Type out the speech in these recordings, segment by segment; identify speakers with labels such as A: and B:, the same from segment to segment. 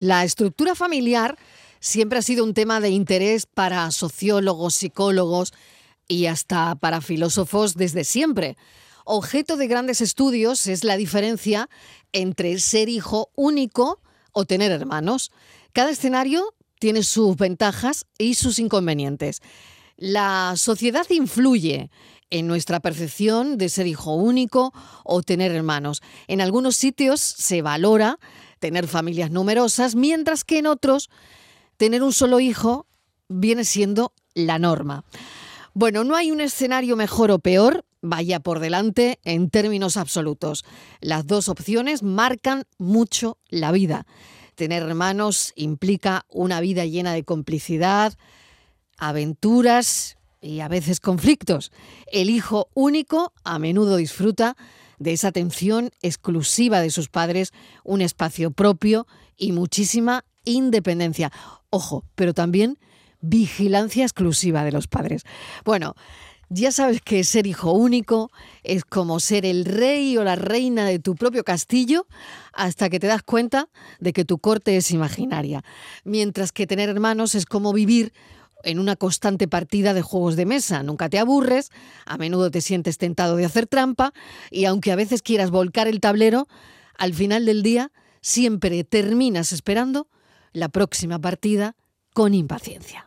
A: La estructura familiar siempre ha sido un tema de interés para sociólogos, psicólogos y hasta para filósofos desde siempre. Objeto de grandes estudios es la diferencia entre ser hijo único o tener hermanos. Cada escenario tiene sus ventajas y sus inconvenientes. La sociedad influye en nuestra percepción de ser hijo único o tener hermanos. En algunos sitios se valora tener familias numerosas, mientras que en otros tener un solo hijo viene siendo la norma. Bueno, no hay un escenario mejor o peor, vaya por delante en términos absolutos. Las dos opciones marcan mucho la vida. Tener hermanos implica una vida llena de complicidad, aventuras y a veces conflictos. El hijo único a menudo disfruta de esa atención exclusiva de sus padres, un espacio propio y muchísima independencia. Ojo, pero también vigilancia exclusiva de los padres. Bueno, ya sabes que ser hijo único es como ser el rey o la reina de tu propio castillo hasta que te das cuenta de que tu corte es imaginaria. Mientras que tener hermanos es como vivir en una constante partida de juegos de mesa. Nunca te aburres, a menudo te sientes tentado de hacer trampa y aunque a veces quieras volcar el tablero, al final del día siempre terminas esperando la próxima partida con impaciencia.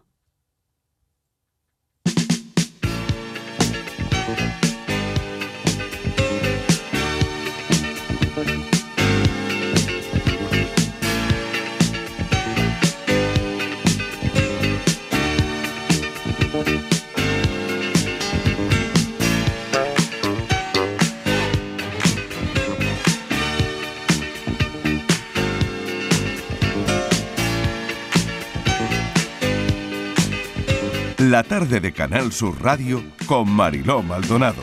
B: La tarde de Canal Sur Radio con Mariló Maldonado.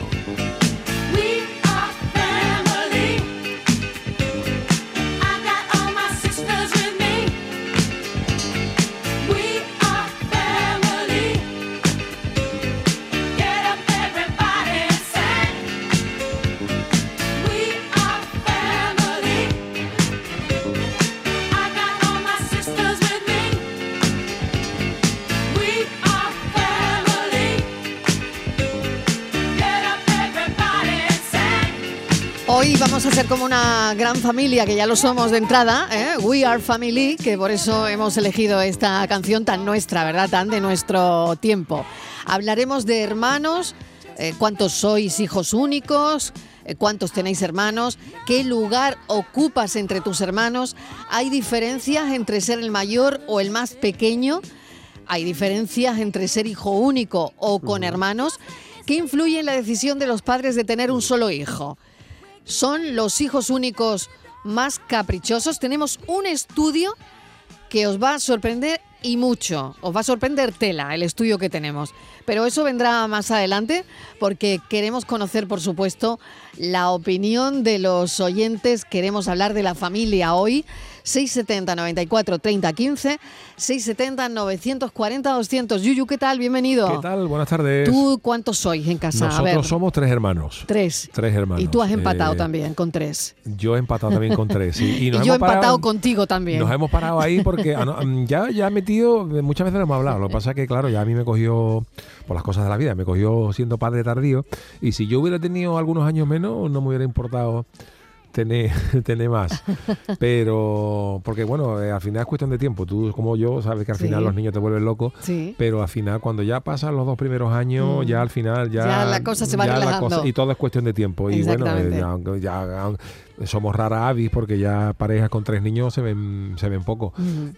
A: Hoy vamos a ser como una gran familia, que ya lo somos de entrada, ¿eh? We Are Family, que por eso hemos elegido esta canción tan nuestra, ¿verdad? Tan de nuestro tiempo. Hablaremos de hermanos, cuántos sois hijos únicos, cuántos tenéis hermanos, qué lugar ocupas entre tus hermanos. ¿Hay diferencias entre ser el mayor o el más pequeño? ¿Hay diferencias entre ser hijo único o con hermanos? ¿Qué influye en la decisión de los padres de tener un solo hijo? ¿Son los hijos únicos más caprichosos? Tenemos un estudio que os va a sorprender y mucho. Os va a sorprender tela el estudio que tenemos. Pero eso vendrá más adelante porque queremos conocer, por supuesto, la opinión de los oyentes. Queremos hablar de la familia hoy. 670 94 30 15, 670 940 200. Yuyu, ¿qué tal? Bienvenido.
C: ¿Qué tal? Buenas tardes.
A: ¿Tú cuántos sois en casa?
C: Nosotros somos 3 hermanos.
A: 3.
C: 3 hermanos.
A: Y tú has empatado también con 3.
C: Yo he empatado también con 3. Sí. Y
A: yo he empatado contigo también.
C: Nos hemos parado ahí porque ya he metido, muchas veces lo hemos hablado. Lo que pasa es que, claro, ya a mí me cogió, por las cosas de la vida, me cogió siendo padre tardío. Y si yo hubiera tenido algunos años menos, no me hubiera importado tener más, pero porque bueno, al final es cuestión de tiempo. Tú como yo sabes que al final los niños te vuelven locos, pero al final cuando ya pasan los 2 primeros años, ya al final ya
A: la cosa se va relajando
C: y todo es cuestión de tiempo. Y bueno, ya somos rara avis porque ya parejas con 3 niños se ven poco.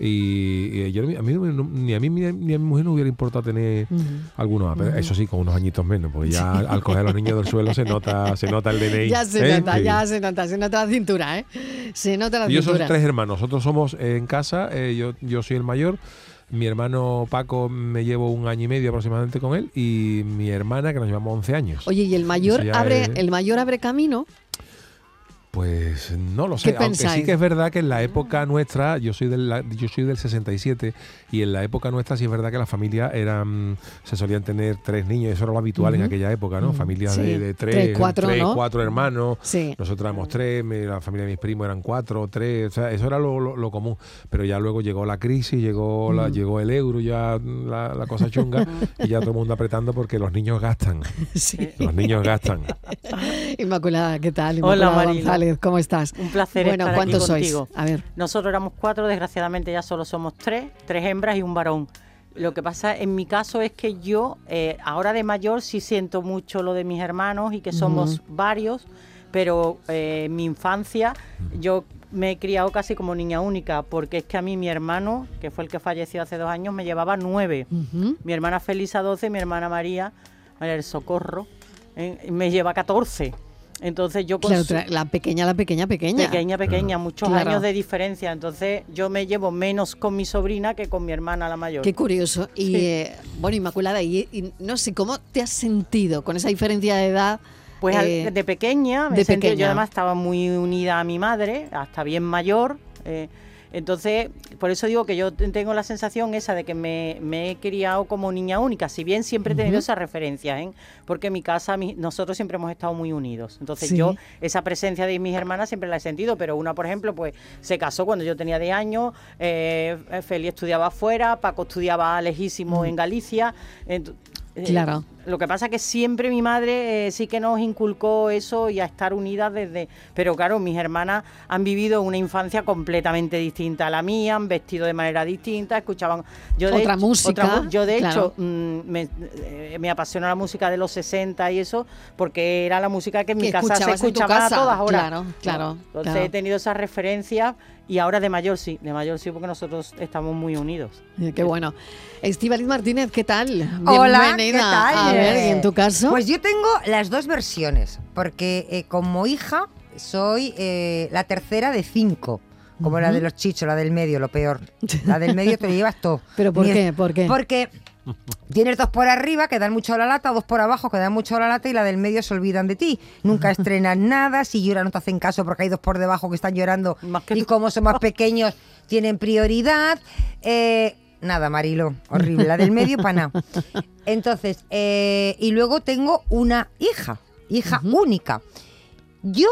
C: Y yo, ni a mí ni a mi mujer no hubiera importado tener algunos, pero eso sí, con unos añitos menos, porque ya al coger los niños del suelo se nota el DNI.
A: Ya se nota la cintura, ¿eh? Se nota la cintura.
C: Yo soy 3 hermanos, nosotros somos en casa, yo soy el mayor. Mi hermano Paco me llevo 1 año y medio aproximadamente con él, y mi hermana, que nos llevamos 11 años.
A: Oye, ¿y el mayor abre camino?
C: Pues no lo
A: ¿Qué
C: sé, aunque
A: pensáis?
C: sí que es verdad que en la época nuestra, yo soy del 67, y en la época nuestra sí es verdad que las familias se solían tener 3 niños, eso era lo habitual en aquella época, ¿no? Familias
A: Sí.
C: de
A: 3, 4, ¿no?
C: 4 hermanos,
A: Sí.
C: nosotros éramos 3, la familia de mis primos eran 4, 3, o sea, eso era lo común, pero ya luego llegó la crisis, llegó el euro, ya la cosa chunga, y ya todo el mundo apretando porque los niños gastan,
A: Sí.
C: los niños gastan.
A: Inmaculada, ¿qué tal?
D: Hola,
A: Inmaculada
D: Marilo.
A: González, ¿cómo estás?
D: Un placer
A: Bueno,
D: estar aquí
A: ¿cuántos sois?
D: contigo.
A: A ver.
D: Nosotros éramos 4, desgraciadamente ya solo somos 3 hembras y un varón. Lo que pasa en mi caso es que yo ahora de mayor sí siento mucho lo de mis hermanos y que somos varios, pero en mi infancia yo me he criado casi como niña única, porque es que a mí mi hermano, que fue el que falleció hace 2 años, me llevaba 9. Mi hermana Felisa 12, mi hermana María del Socorro, me lleva 14. Entonces yo
A: Claro, la pequeña.
D: muchos
A: Claro.
D: años de diferencia. Entonces yo me llevo menos con mi sobrina que con mi hermana la mayor.
A: Qué curioso. Y bueno, Inmaculada, y no sé, ¿cómo te has sentido con esa diferencia de edad?
D: Pues de pequeña, me sentí,
A: pequeña.
D: yo además estaba muy unida a mi madre, hasta bien mayor. Entonces, por eso digo que yo tengo la sensación esa de que me he criado como niña única, si bien siempre he tenido esas referencias, porque en mi casa nosotros siempre hemos estado muy unidos. Entonces
A: Sí.
D: yo esa presencia de mis hermanas siempre la he sentido, pero una, por ejemplo, pues se casó cuando yo tenía 10 años, Feli estudiaba afuera, Paco estudiaba lejísimo en Galicia.
A: Claro.
D: Lo que pasa es que siempre mi madre sí que nos inculcó eso y a estar unidas desde... Pero claro, mis hermanas han vivido una infancia completamente distinta a la mía, han vestido de manera distinta, escuchaban...
A: Otra música,
D: Yo de
A: claro.
D: hecho me apasiona la música de los 60 y eso, porque era la música que en mi casa se
A: escuchabas en tu
D: escuchaba
A: casa.
D: a todas horas.
A: Claro.
D: Entonces
A: claro.
D: he tenido esas referencias y ahora de mayor sí, porque nosotros estamos muy unidos.
A: Qué bueno. Estíbaliz Martínez, ¿qué tal?
E: Hola,
A: Bienvenida.
E: ¿qué tal?
A: A ver, ¿y en tu caso?
E: Pues yo tengo las 2 versiones, porque como hija soy la tercera de 5, como la de los chichos, la del medio, lo peor. La del medio te lo llevas todo.
A: ¿Pero por qué? ¿Por qué?
E: Porque tienes 2 por arriba que dan mucho la lata, 2 por abajo que dan mucho la lata y la del medio se olvidan de ti. Nunca estrenas nada, si lloran no te hacen caso porque hay 2 por debajo que están llorando
D: Más que
E: y
D: tú.
E: como son más pequeños tienen prioridad. Nada, Marilo, horrible, la del medio para nada. Entonces, y luego tengo una hija única. Yo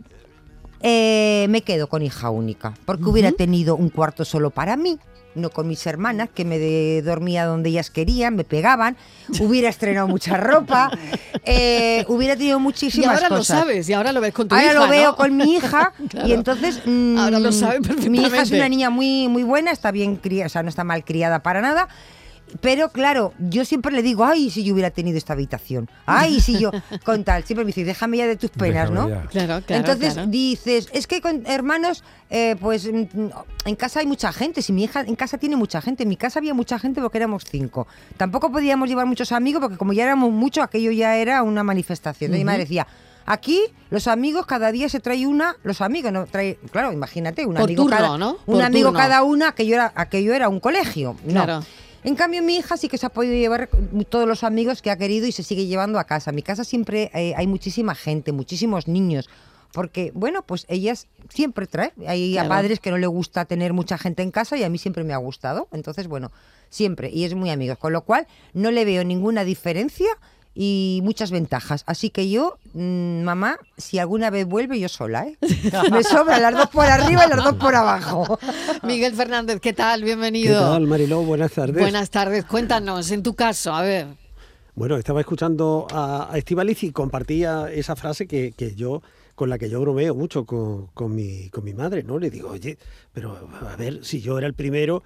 E: me quedo con hija única, porque hubiera tenido un cuarto solo para mí, no con mis hermanas, que me dormía donde ellas querían, me pegaban, hubiera estrenado mucha ropa, hubiera tenido
A: y
E: muchísimas
A: ahora
E: cosas.
A: lo sabes, y ahora lo ves con tu
E: Ahora
A: hija,
E: lo veo
A: ¿no?
E: con mi hija
A: Claro.
E: y entonces
A: Ahora lo sabe
E: mi hija es
A: perfectamente.
E: una niña muy muy buena, está bien criada, o sea, no está mal criada para nada. Pero claro, yo siempre le digo, ay, si yo hubiera tenido esta habitación, ay, si yo, con tal, siempre me dice, déjame ya de tus penas,
C: Déjame
E: ¿no?
C: ya.
A: Claro.
E: Entonces
A: claro.
E: dices, es que con hermanos, pues en casa hay mucha gente, si mi hija en casa tiene mucha gente, en mi casa había mucha gente porque éramos 5. Tampoco podíamos llevar muchos amigos porque como ya éramos muchos, aquello ya era una manifestación. Mi madre decía, aquí los amigos cada día se trae los amigos, no trae, claro, imagínate, un
A: Por
E: amigo
A: turno,
E: cada,
A: ¿no?
E: un
A: Por
E: amigo
A: turno.
E: cada una, aquello era un colegio. No.
A: Claro.
E: En cambio, mi hija sí que se ha podido llevar todos los amigos que ha querido y se sigue llevando a casa. En mi casa siempre hay muchísima gente, muchísimos niños. Porque, bueno, pues ellas siempre traen. Hay
A: Claro.
E: a padres que no les gusta tener mucha gente en casa y a mí siempre me ha gustado. Entonces, bueno, siempre. Y es muy amigos. Con lo cual, no le veo ninguna diferencia y muchas ventajas. Así que yo, mamá, si alguna vez vuelve, yo sola, ¿eh? Me sobran las 2 por arriba y las 2 por abajo.
A: Miguel Fernández, ¿qué tal?
F: ¿Qué
A: Bienvenido.
F: tal, Mariló? Buenas tardes.
A: Buenas tardes. Cuéntanos, en tu caso, a ver.
F: Bueno, estaba escuchando a Estíbaliz y compartía esa frase que yo con la que yo bromeo mucho con mi madre, ¿no? Le digo, oye, pero a ver, si yo era el primero,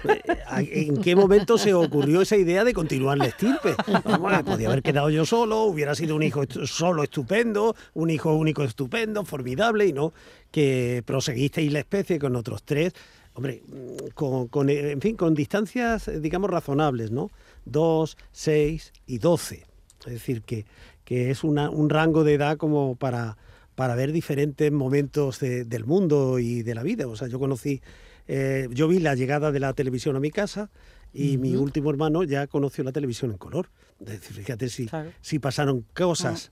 F: ¿en qué momento se ocurrió esa idea de continuar la estirpe? Bueno, podía haber quedado yo solo, hubiera sido un hijo solo estupendo, un hijo único estupendo, formidable, y no que proseguisteis la especie con otros 3. Hombre, en fin, con distancias, digamos, razonables, ¿no? 2, 6 y 12. Es decir, que es un rango de edad como para ver diferentes momentos del mundo y de la vida. O sea, yo vi la llegada de la televisión a mi casa y mi último hermano ya conoció la televisión en color. Es decir, fíjate si pasaron cosas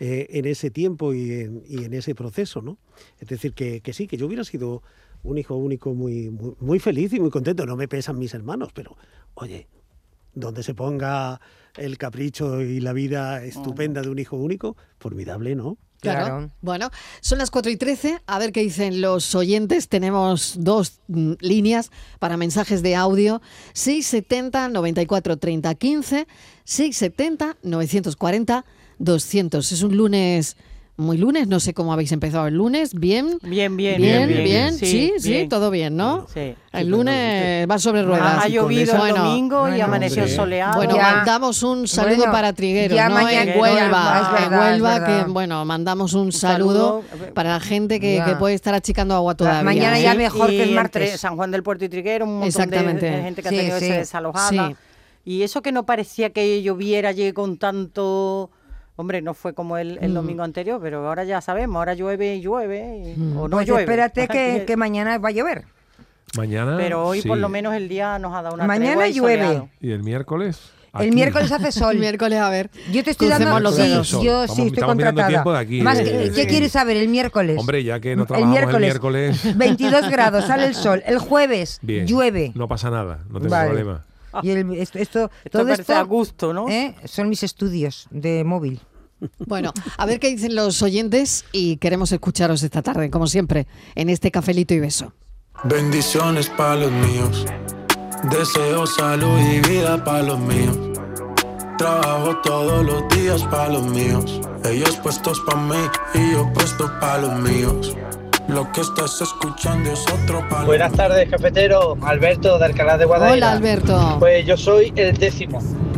F: en ese tiempo y en ese proceso, ¿no? Es decir, que sí, que yo hubiera sido un hijo único muy feliz y muy contento. No me pesan mis hermanos, pero, oye, donde se ponga el capricho y la vida estupenda de un hijo único, formidable, ¿no?
A: Claro. Bueno, son las 4:13. A ver qué dicen los oyentes. Tenemos 2 líneas para mensajes de audio. 670 94 30 15, 670 940 200. Es un lunes... Muy lunes, no sé cómo habéis empezado el lunes. ¿Bien?
D: Bien.
A: Sí, todo bien, ¿no?
D: Sí.
A: El lunes va sobre ruedas.
D: Ha llovido el domingo y
E: bueno,
D: amaneció soleado.
A: Bueno,
E: Ya.
A: mandamos un saludo para Trigueros,
E: ya
A: ¿no?
E: mañana-
A: En Huelva,
E: es verdad,
A: en Huelva,
E: es verdad.
A: que bueno, mandamos un saludo para la gente que
E: Ya.
A: puede estar achicando agua todavía.
E: Mañana
A: ¿eh?
E: ya mejor que el
D: Y
E: martes.
D: entre San Juan del Puerto y Trigueros, un montón
A: Exactamente.
D: de gente que
E: Sí,
D: ha tenido que
E: sí.
D: ser desalojada.
A: Sí.
D: Y eso que no parecía que lloviera llegue con tanto... Hombre, no fue como el domingo anterior, pero ahora ya sabemos, ahora llueve y llueve, o no
E: Pues
D: llueve.
E: espérate que mañana va a llover.
C: Mañana.
D: Pero hoy
C: sí.
D: por lo menos el día nos ha dado una
E: Mañana
D: tregua y
E: llueve.
D: soleado.
C: ¿Y el miércoles?
E: El
C: Aquí.
E: miércoles hace sol.
A: El miércoles, a ver.
E: Yo te estoy
A: Crucemos
E: dando
A: los
E: sí,
A: dedos.
E: yo sí estoy
C: Estamos mirando
E: contratada.
C: tiempo de aquí,
E: Más
C: de-
E: ¿qué quieres saber el miércoles?
C: Hombre, ya que no trabajamos el miércoles.
E: 22 grados, sale el sol. El jueves
C: Bien.
E: llueve.
C: No pasa nada, no tengo
E: Vale.
C: problema.
E: Y
D: Esto
E: todo
D: parece
E: esto
D: a gusto, ¿no?
E: son mis estudios de móvil.
A: Bueno, a ver qué dicen los oyentes y queremos escucharos esta tarde, como siempre, en este cafelito y beso.
G: Bendiciones para los míos, deseo salud y vida para los míos. Trabajo todos los días para los míos, ellos puestos para mí y yo puesto para los míos. Lo que estás escuchando es otro para
H: Buenas tardes, cafetero. Alberto, de Alcalá de Guadaira.
A: Hola, Alberto.
H: Pues yo soy el décimo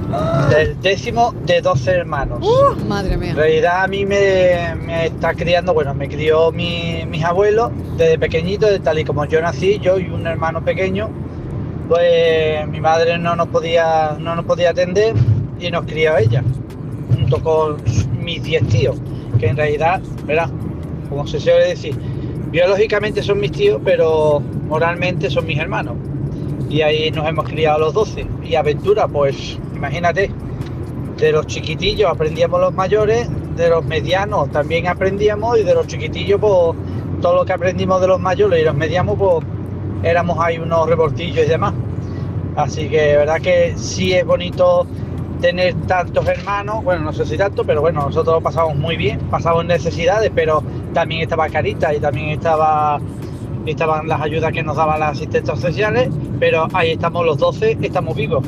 H: de 12 hermanos.
A: Madre mía.
H: En realidad a mí me está criando, bueno, me crió mis abuelos desde pequeñito, de tal y como yo nací, yo y un hermano pequeño, pues mi madre no nos podía atender y nos crió ella, junto con mis 10 tíos, que en realidad, verás, como se suele decir, biológicamente son mis tíos, pero moralmente son mis hermanos. Y ahí nos hemos criado los 12. Y aventura, pues imagínate, de los chiquitillos aprendíamos los mayores, de los medianos también aprendíamos y de los chiquitillos, pues todo lo que aprendimos de los mayores y los medianos, pues éramos ahí unos revoltillos y demás. Así que verdad que sí es bonito tener tantos hermanos, bueno, no sé si tanto, pero bueno, nosotros lo pasamos muy bien, pasamos necesidades, pero también estaba Caritas y también estaban las ayudas que nos daban las asistentes sociales, pero ahí estamos los 12, estamos vivos.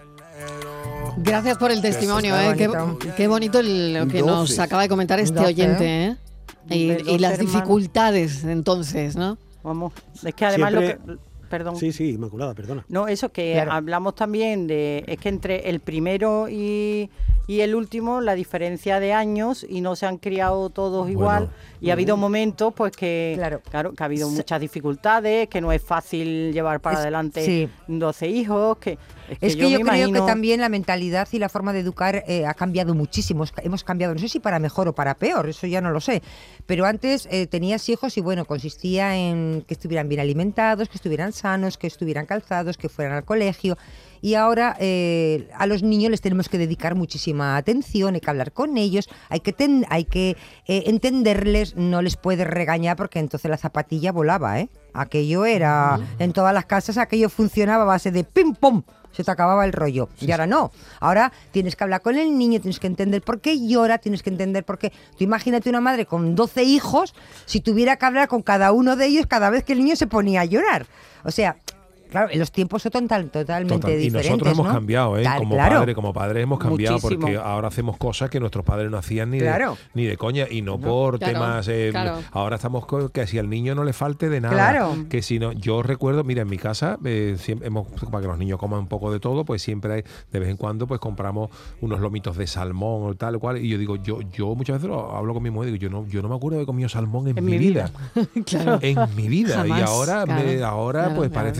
A: Gracias por el testimonio,
E: Qué
A: ¿eh?
E: bonito.
A: Qué bonito lo que nos
F: 12.
A: acaba de comentar este
E: 12,
A: oyente, ¿eh? Y
D: De 12
A: las
D: hermanos.
A: dificultades entonces, ¿no?
D: Vamos, es que además
F: Siempre-
D: lo que... Perdón.
F: Sí, Inmaculada, perdona.
D: No, eso que
E: Claro.
D: hablamos también de... Es que entre el primero y el último, la diferencia de años y no se han criado todos igual. Y ha habido momentos, pues que...
E: Claro.
D: que ha habido muchas dificultades, que no es fácil llevar para adelante
E: sí.
D: 12 hijos, que...
E: Es que yo
D: me
E: creo
D: imagino-
E: que también la mentalidad y la forma de educar ha cambiado muchísimo. Hemos cambiado, no sé si para mejor o para peor, eso ya no lo sé. Pero antes tenías hijos y bueno, consistía en que estuvieran bien alimentados, que estuvieran sanos, que estuvieran calzados, que fueran al colegio. Y ahora a los niños les tenemos que dedicar muchísima atención, hay que hablar con ellos, hay que entenderles, no les puedes regañar porque entonces la zapatilla volaba, ¿eh? Aquello era, en todas las casas aquello funcionaba a base de pim pum, se te acababa el rollo. Y ahora no, ahora tienes que hablar con el niño, tienes que entender por qué llora, tienes que entender por qué. Tú imagínate una madre con 12 hijos, si tuviera que hablar con cada uno de ellos cada vez que el niño se ponía a llorar. O sea... Claro, los tiempos son totalmente
C: Total. Y
E: diferentes.
C: nosotros hemos
E: ¿no?
C: cambiado, ¿eh?
E: Claro.
C: Como padres hemos cambiado
D: Muchísimo.
C: porque ahora hacemos cosas que nuestros padres no hacían ni,
E: Claro.
C: ni de coña y no por
A: Claro,
C: temas.
A: claro.
C: Ahora estamos que si al niño no le falte de nada.
E: Claro.
C: Que si no, yo recuerdo, mira, en mi casa siempre para que los niños coman un poco de todo, pues siempre hay, de vez en cuando pues compramos unos lomitos de salmón o tal cual. Y yo digo, yo muchas veces hablo con mi mujer y digo, yo no me acuerdo de haber comido salmón en mi vida.
A: Claro.
C: En mi vida.
A: Jamás.
C: Y ahora,
A: Claro,
C: ahora
A: claro,
C: pues
A: claro,
C: parece
A: claro.
C: que a los niños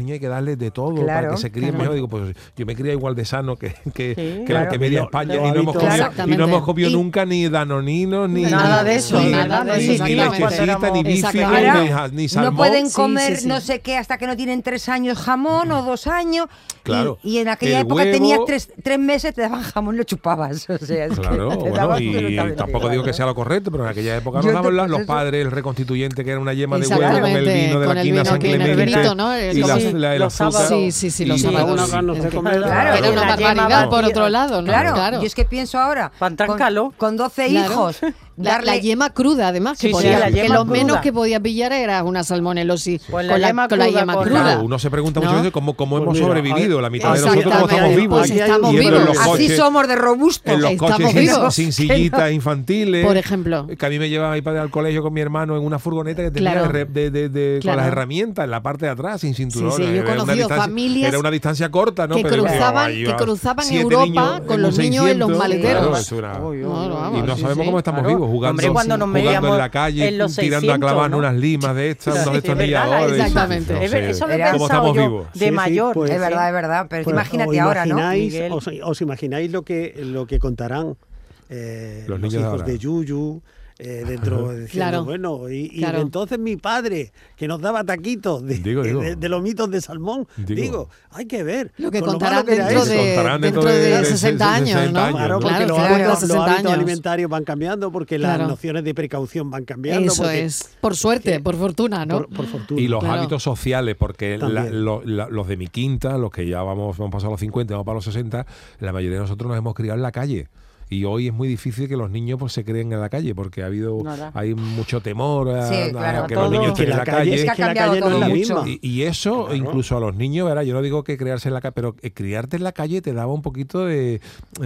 C: niños hay que darles de todo
E: Claro,
C: para que se críen mejor. Digo, pues yo me cría igual de sano que
E: claro.
C: que media España y
A: Exactamente.
C: no hemos comido nunca ni danoninos, ni
D: Nada de eso,
C: ni
D: nada de eso.
C: ni lechecita, ni bífido,
A: Exactamente.
C: ni salmón.
E: No pueden
A: Sí,
E: comer
A: sí.
E: no sé qué hasta que no tienen 3 años jamón o 2 años.
C: Claro.
E: Y en aquella
C: El
E: época
C: huevo-
E: tenías 3 meses, te daban jamón, lo chupabas. O sea, es
C: Claro,
E: que te
C: bueno,
E: daban
C: y
E: absolutamente
C: tampoco
E: igual,
C: digo que
E: ¿no?
C: sea lo correcto, pero en aquella época
E: Yo
C: nos daban
E: pues
C: los
E: eso.
C: padres el reconstituyente, que era una yema de huevo con el
A: Exactamente,
C: vino de
A: con
C: la
A: el
C: quina
A: vino
C: San
A: que en el
C: Clemente
A: vinito, ¿no?
C: y
D: Sí,
C: el
D: los
C: azúcar.
D: sábados.
A: Sí,
C: Y
A: los
C: todo
A: sábados.
F: Una no se come.
E: Claro.
A: Era una
D: La yema
A: barbaridad, por
D: batida.
A: otro lado, ¿no?
E: Claro, yo es que pienso ahora,
D: Pan trancalo.
E: con 12
A: Claro.
E: hijos,
A: La yema cruda, además, que,
D: Sí, sí,
A: podía-
D: la
A: que
D: yema
A: lo
D: cruda.
A: menos que podía pillar era una salmonelosis
D: Pues la
A: con la
D: yema
A: con la
D: cruda,
A: yema
D: con
A: cruda.
C: Claro, uno se pregunta muchas
A: ¿No?
C: veces cómo
F: Pues
C: hemos
F: mira,
C: sobrevivido. La mitad de nosotros
A: Exactamente.
C: no estamos vivos.
A: Pues estamos
C: Yendo en
A: vivos.
C: los
E: así
C: coches,
E: somos de robustos.
C: en los
A: Estamos
C: coches
A: vivos.
C: sin sillitas infantiles.
A: Por ejemplo.
C: Que a mí me llevaba mi padre al colegio con mi hermano en una furgoneta que tenía
A: Claro.
C: con
A: Claro.
C: las herramientas en la parte de atrás, sin cinturón.
A: Sí, sí, yo he conocido familias
C: era una distancia corta, ¿no?
A: que
C: Pero
A: cruzaban,
C: ahí
A: que
C: va
A: cruzaban
C: 7
A: Europa
C: niños
A: con
C: en
A: los
C: un
A: niños en los
C: 600.
A: maleteros.
C: Claro, eso era-
A: No, vamos,
C: y no
A: sí,
C: sabemos
A: sí.
C: cómo estamos
D: Claro.
C: vivos, jugando,
D: Hombre, cuando nos
C: jugando
D: veíamos
C: en la calle,
D: en los
C: tirando a
D: 600,
C: clavar
D: ¿no?
C: unas limas de estas,
D: Sí,
C: unos
D: es verdad,
C: destornilladores.
A: exactamente.
C: No
D: Es
C: sé,
D: ver- eso lo he
E: Era-
C: ¿cómo
D: pensado
C: estamos
D: yo
C: vivos?
D: de mayor.
F: pues,
E: Es verdad, pero
F: Pues,
E: imagínate
F: os
E: ahora, ¿no?
F: imagináis-
D: Miguel?
F: os imagináis lo que contarán
C: Los
F: los
C: niños de
F: hijos
C: ahora.
F: de Yuyu dentro diciendo,
A: Claro.
F: bueno, y
A: Claro.
F: entonces mi padre, que nos daba taquitos
C: Digo.
F: de lomitos de salmón,
C: Digo.
F: hay que ver.
A: Lo que
F: con
A: contarán
F: malo que era
A: dentro
F: eso.
A: de,
C: Contarán
A: dentro
C: dentro
A: de
C: de
A: 60 años,
C: 60
A: ¿no?
C: años,
F: Claro,
C: ¿no?
F: porque
A: Claro,
F: los
A: después de
F: hábitos,
A: los 60 años.
F: alimentarios van cambiando, porque
A: Claro.
F: las nociones de precaución van cambiando.
A: Eso
F: porque-
A: es. Por suerte, por fortuna, ¿no?
F: Por fortuna.
C: Y los
A: Claro.
C: hábitos sociales, porque
F: También.
C: los de mi quinta, los que ya vamos pasado los 50, vamos para los 60, la mayoría de nosotros nos hemos criado en la calle. Y hoy es muy difícil que los niños pues se creen en la calle, porque
D: Nada.
C: hay mucho temor a,
E: Sí,
C: a
E: claro,
C: que
D: todo.
C: los niños
F: Que
C: estén en la calle.
E: Es que ha
F: que la
E: cambiado
F: calle no es
E: todo
F: la
E: mucho.
F: misma.
C: Y eso,
F: Claro.
C: incluso a los niños, ¿verdad? Yo no digo que criarse en la calle, pero criarte en la calle te daba un poquito de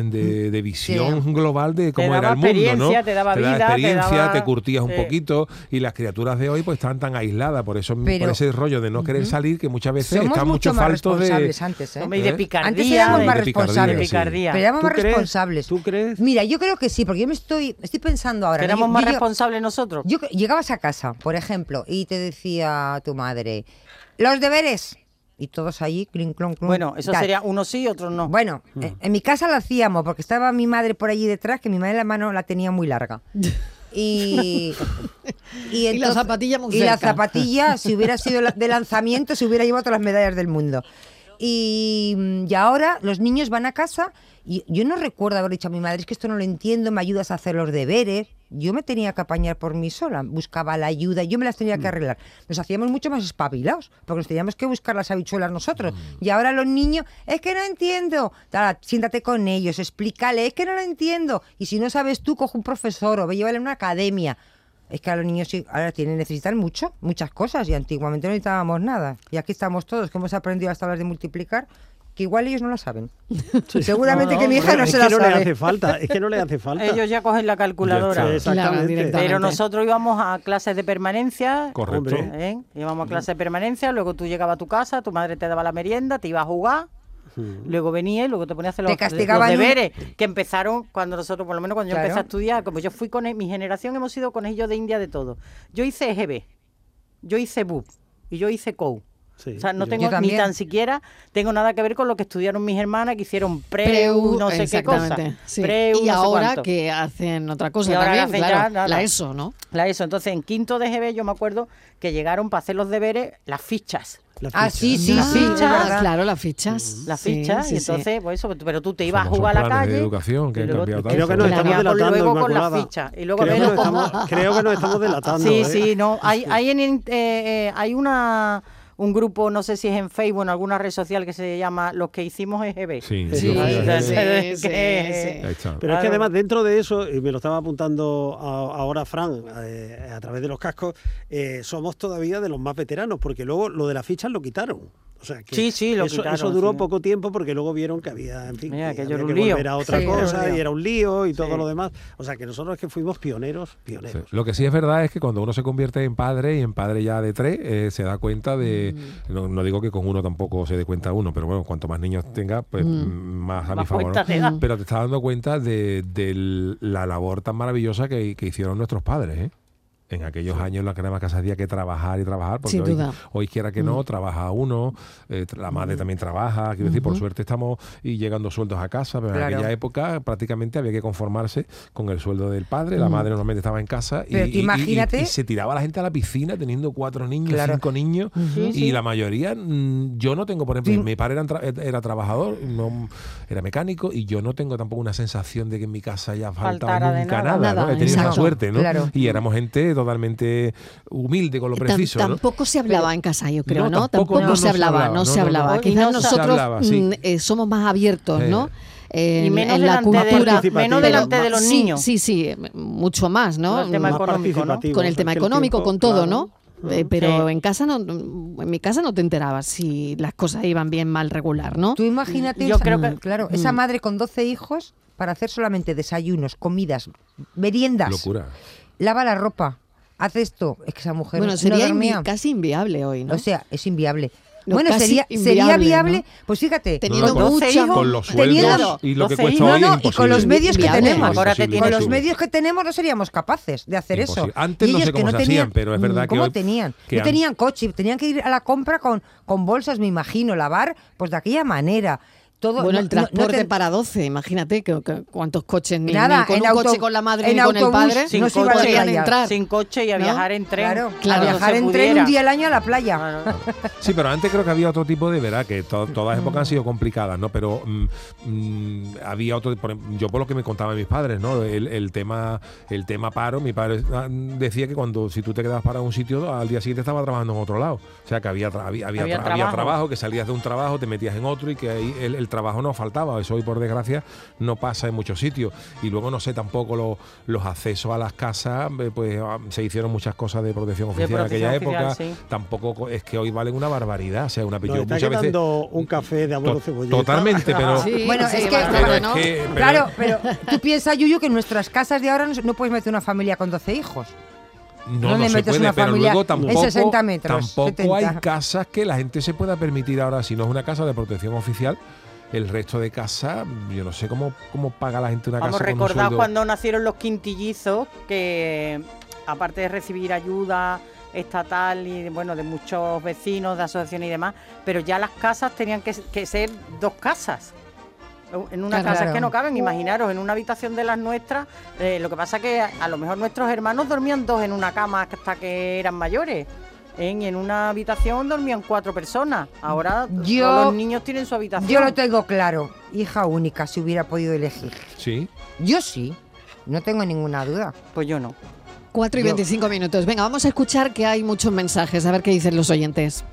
C: visión global de cómo
D: Te
C: era
D: daba
C: el mundo, ¿no?
D: experiencia, te daba vida, te
C: experiencia,
D: daba-
C: te curtías un
D: Sí.
C: poquito, y las criaturas de hoy pues están tan aisladas, por eso
E: Pero-
C: por ese rollo de no querer salir, que muchas veces
E: Somos
C: están
E: mucho
C: mucho
E: más
C: faltos de...
E: responsables antes, ¿eh?
D: Hombre, y de
C: ¿Eh?
D: picardía.
E: Antes éramos más
C: de picardía,
E: responsables.
C: sí.
D: Picardía.
E: Pero éramos
F: ¿Tú
E: más
F: crees?
E: responsables.
F: ¿Tú crees?
E: Mira, yo creo que sí, porque yo me estoy pensando ahora.
D: Que
E: ¿no?
D: éramos
E: Yo-
D: más
E: yo-
D: responsables nosotros.
E: Llegabas a casa, por ejemplo, y te decía tu madre, los deberes. Y todos allí, clink, clon, clon,
D: Bueno, eso
E: tal.
D: sería unos sí, otros no.
E: Bueno, en mi casa lo hacíamos, porque estaba mi madre por allí detrás, que mi madre la mano la tenía muy larga. Y,
A: Y la zapatilla muy
E: Y la
A: cerca.
E: zapatilla, si hubiera sido de lanzamiento, se hubiera llevado todas las medallas del mundo. Y ahora los niños van a casa y yo no recuerdo haber dicho a mi madre, es que esto no lo entiendo, me ayudas a hacer los deberes. Yo me tenía que apañar por mí sola, buscaba la ayuda, yo me las tenía que arreglar. Nos hacíamos mucho más espabilados, porque nos teníamos que buscar las habichuelas nosotros. Y ahora los niños, es que no entiendo. Siéntate con ellos, explícale, es que no lo entiendo. Y si no sabes tú, coge un profesor o ve, llévale a una academia. Es que a los niños sí, ahora necesitan muchas cosas, y antiguamente no necesitábamos nada. Y aquí estamos todos, que hemos aprendido hasta las de multiplicar, que igual ellos no la saben. Seguramente que mi hija no
F: es
E: se
F: que
E: la
F: no le
E: sabe.
F: hace falta, es que no le hace falta.
D: Ellos ya cogen la calculadora.
C: Ya está.
A: Claro,
F: Exactamente.
A: directamente.
D: Pero nosotros íbamos a clases de permanencia.
C: Correcto.
F: Hombre.
D: Íbamos a clases de permanencia, luego tú llegabas a tu casa, tu madre te daba la merienda, te ibas a jugar. Luego venía y luego te ponías a hacer
E: Te
D: los
E: castigaban
D: deberes que empezaron cuando nosotros, por lo menos cuando yo
E: Claro.
D: empecé a estudiar, como yo fui con mi generación, hemos sido conejillos de India de todo. Yo hice EGB, yo hice BUP y yo hice COU.
F: Sí,
D: O sea, no
F: yo-
D: tengo
E: Yo
D: ni
E: también.
D: tan siquiera tengo nada que ver con lo que estudiaron mis hermanas, que hicieron preu, no sé qué cosa.
A: exactamente, sí.
D: Preu,
A: Y
D: no sé
A: ahora
D: cuánto.
A: que hacen otra
D: Y
A: cosa
D: ahora
A: también,
D: hacen
A: claro,
D: ya nada.
A: la ESO, ¿no?
D: La ESO. Entonces, en quinto de GB yo me acuerdo que llegaron para hacer los deberes las fichas.
F: la
E: Ah,
F: ficha.
E: sí, sí,
D: Las
E: sí,
D: fichas,
E: es verdad.
A: claro, las fichas.
D: Las
A: Sí,
D: fichas,
A: sí,
D: y
A: sí.
D: entonces, pues eso, pero tú te ibas a
C: Famosos
D: jugar a la
C: planes de
D: calle.
C: educación que
D: y
C: han
D: luego
C: cambiado
D: te
C: tanto.
F: Creo que nos
D: claro,
F: estamos delatando,
D: luego con
F: Inmaculada.
D: las fichas. Y luego
F: Creo que
D: ves-
F: nos estamos delatando.
D: Sí,
F: ¿eh?
D: sí, no. Hay un grupo, no sé si es en Facebook o en alguna red social, que se llama Los que hicimos EGB.
C: Sí,
A: Sí,
C: yo fui a-
A: sí,
D: Que-
A: sí, sí.
C: Ahí está.
F: Pero es que
D: Claro.
F: además dentro de eso, y me lo estaba apuntando ahora Fran, a través de los cascos, somos todavía de los más veteranos, porque luego lo de las fichas lo quitaron. O sea, que
D: Sí, lo
F: eso,
D: quitaron,
F: eso duró
D: sí.
F: poco tiempo porque luego vieron que había, en fin,
D: Mira,
F: que
D: aquello
F: había
D: era
F: que
D: un lío.
F: volver a otra
E: Sí,
F: cosa
E: era un lío.
F: y era un lío y todo
D: Sí.
F: lo demás. O sea, que nosotros es que fuimos pioneros.
C: Sí.
F: Pioneros.
C: Lo que sí es verdad es que cuando uno se convierte en padre, y en padre ya de 3, se da cuenta de... No digo que con uno tampoco se dé cuenta uno, pero bueno, cuanto más niños tenga, pues más a mi
D: Más
C: favor,
D: cuenta
C: ¿no?
D: te da.
C: Pero te estás dando cuenta de la labor tan maravillosa que hicieron nuestros padres, ¿eh? En aquellos años la crema casa había que trabajar y trabajar, porque
A: Sin duda.
C: hoy quiera que no, trabaja uno, la madre también trabaja, quiero decir, por suerte estamos llegando sueldos a casa, pero en aquella época prácticamente había que conformarse con el sueldo del padre, la madre normalmente estaba en casa
E: imagínate,
C: y se tiraba la gente a la piscina teniendo 4 niños, 5 niños, y la mayoría, yo no tengo, por ejemplo, mi padre era trabajador, no, era mecánico, y yo no tengo tampoco una sensación de que en mi casa haya faltado nunca nada, ¿no? He tenido esa suerte, ¿no?
E: Claro.
C: Y éramos gente totalmente humilde con lo preciso.
A: Tampoco se hablaba en casa, yo creo, ¿no?
C: Tampoco
A: se hablaba. Quizás nosotros somos más abiertos, ¿no?
D: Y menos
A: en la cultura,
D: menos delante de los niños.
A: Sí, mucho más, ¿no?
D: Con el tema económico, ¿no?
A: Con el tema económico, con todo, ¿no? Pero en casa no, en mi casa no te enterabas si las cosas iban bien, mal, regular, ¿no?
E: Tú imagínate, esa madre con 12 hijos para hacer solamente desayunos, comidas, meriendas.
C: Locura.
E: Lava la ropa, haz esto. Es que esa mujer
A: bueno, sería
E: no dormía.
A: casi inviable hoy, ¿no?
E: O sea, es inviable.
A: No,
E: bueno, sería viable, ¿no? Pues fíjate,
A: teniendo
C: con los sueldos y lo que cuesta hoy es imposible.
E: Y con los medios que tenemos.
C: Con
E: los medios que tenemos no seríamos capaces de hacer eso.
C: Antes no sé cómo se hacían, pero es verdad que
E: ¿cómo
C: hoy,
E: tenían? No tenían coche, tenían que ir a la compra con bolsas, me imagino, lavar, pues de aquella manera. Todo,
A: bueno, el transporte para 12, imagínate cuántos coches, ni con
E: un
A: coche con la madre ni con el padre,
D: sin coche,
A: podrían entrar.
D: Sin coche y a viajar en tren.
E: Claro, viajar en tren un día al año a la playa.
D: Claro.
C: Sí, pero antes creo que había otro tipo de, verdad, que todas épocas han sido complicadas, ¿no? Pero había otro, yo por lo que me contaban mis padres, ¿no? El tema paro, mi padre decía que si tú te quedabas parado en un sitio, al día siguiente estaba trabajando en otro lado. O sea, que había trabajo, que salías de un trabajo, te metías en otro y que ahí el trabajo no faltaba. Eso hoy, por desgracia, no pasa en muchos sitios. Y luego no sé tampoco los accesos a las casas, pues se hicieron muchas cosas de protección oficial en aquella época. Sí. Tampoco es que hoy valen una barbaridad. O sea,
F: Nos está quedando un café de abuelo cebolleta.
C: Totalmente, pero...
E: Sí, bueno, es que... Claro, pero tú piensas, Yuyu, que en nuestras casas de ahora no puedes meter una familia con 12 hijos.
C: No se puede, pero luego tampoco,
E: en 60 metros,
C: tampoco
E: 70.
C: hay casas que la gente se pueda permitir ahora, si no es una casa de protección oficial. El resto de casa, yo no sé cómo paga la gente una casa con un sueldo.
D: Recordad cuando nacieron los quintillizos, que aparte de recibir ayuda estatal y bueno de muchos vecinos, de asociaciones y demás, pero ya las casas tenían que ser 2 casas. En una casa es que no caben, imaginaros, en una habitación de las nuestras, lo que pasa que a lo mejor nuestros hermanos dormían 2 en una cama hasta que eran mayores. Y en una habitación dormían 4 personas. Ahora todos los niños tienen su habitación.
E: Yo lo tengo claro, hija única, si hubiera podido elegir.
C: ¿Sí?
E: Yo sí, no tengo ninguna duda.
D: Pues yo no.
A: 4 y 25 minutos. Venga, vamos a escuchar que hay muchos mensajes, a ver qué dicen los oyentes.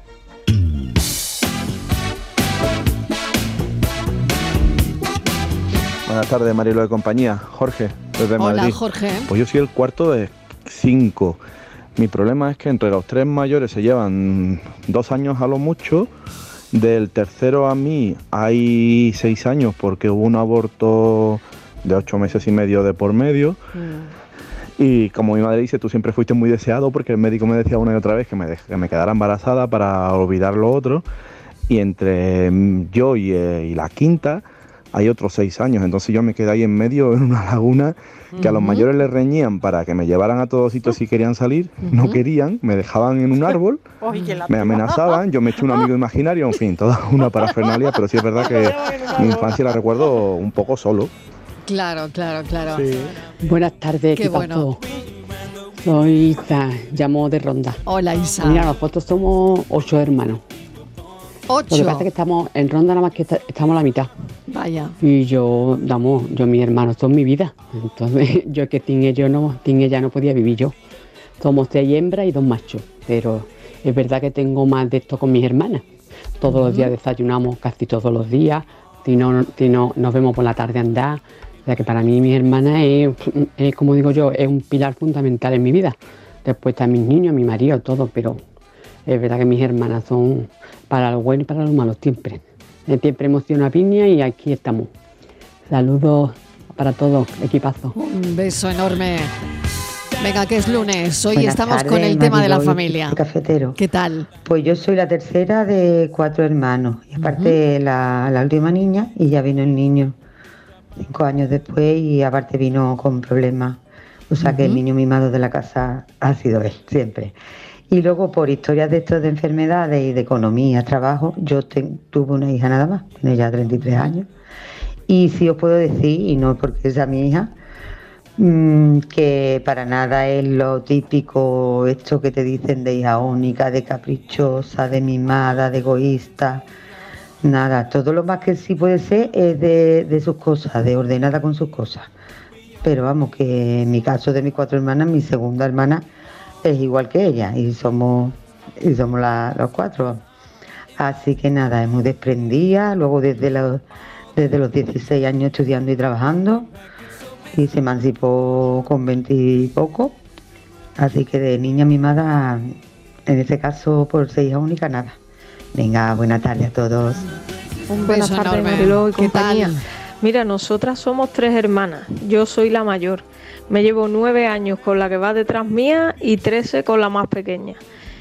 I: Buenas tardes, Marilo de compañía. Jorge, desde Madrid.
A: Hola, Jorge.
I: Pues yo soy el cuarto de 5. Mi problema es que entre los 3 mayores se llevan 2 años a lo mucho. Del tercero a mí hay 6 años porque hubo un aborto de 8 meses y medio de por medio. Y como mi madre dice, tú siempre fuiste muy deseado porque el médico me decía una y otra vez que me quedara embarazada para olvidar lo otro. Y entre yo y la quinta hay otros 6 años. Entonces yo me quedé ahí en medio en una laguna que a los mayores les reñían para que me llevaran a todos sitios si querían salir. No querían, me dejaban en un árbol, me amenazaban, yo me eché un amigo imaginario, en fin, toda una parafernalia, pero sí es verdad que mi infancia la recuerdo un poco solo.
A: Claro.
F: Sí.
J: Buenas tardes,
A: qué bueno.
J: Soy Isa, llamo de Ronda.
A: Hola, Isa.
J: Mira, nosotros somos 8 hermanos.
A: 8.
J: Lo que pasa es que estamos en Ronda, nada más que estamos a la mitad.
A: Vaya.
J: Y yo mis hermanos son mi vida. Entonces, yo que sin ella no podía vivir yo. Somos 6 hembras y 2 machos. Pero es verdad que tengo más de esto con mis hermanas. Todos los días desayunamos, casi todos los días. Si no, nos vemos por la tarde a andar. O sea que para mí mis hermanas es, como digo yo, es un pilar fundamental en mi vida. Después están mis niños, mi marido, todo, pero es verdad que mis hermanas son para lo bueno y para lo malo siempre. Siempre emociona piña y aquí estamos. Saludos para todos, equipazo.
A: Un beso enorme. Venga, que es lunes. Hoy
K: Buenas
A: estamos
K: tardes,
A: con el tema de la
K: Marilo,
A: familia.
K: el cafetero.
A: ¿Qué tal?
K: Pues yo soy la tercera de 4 hermanos. Y aparte la última niña, y ya vino el niño 5 años después y aparte vino con problemas O sea que el niño mimado de la casa ha sido él, siempre. Y luego, por historias de estos de enfermedades y de economía, trabajo, yo tuve una hija nada más, tiene ya 33 años. Y sí os puedo decir, y no porque sea mi hija, que para nada es lo típico esto que te dicen de hija única, de caprichosa, de mimada, de egoísta. Nada, todo lo más que sí puede ser es de sus cosas, de ordenada con sus cosas. Pero vamos, que en mi caso de mis 4 hermanas, mi segunda hermana es igual que ella y somos los 4. Así que nada, es muy desprendida, luego desde los 16 años estudiando y trabajando y se emancipó con 20 y poco. Así que de niña mimada, en este caso por ser hija única, nada. Venga, buenas tardes a todos.
A: Un
L: Buenas
A: beso
L: tardes,
A: enorme.
L: Mariló y
A: ¿Qué
L: compañía.
A: tal?
L: Mira, nosotras somos 3 hermanas. Yo soy la mayor. Me llevo 9 años con la que va detrás mía y 13 con la más pequeña.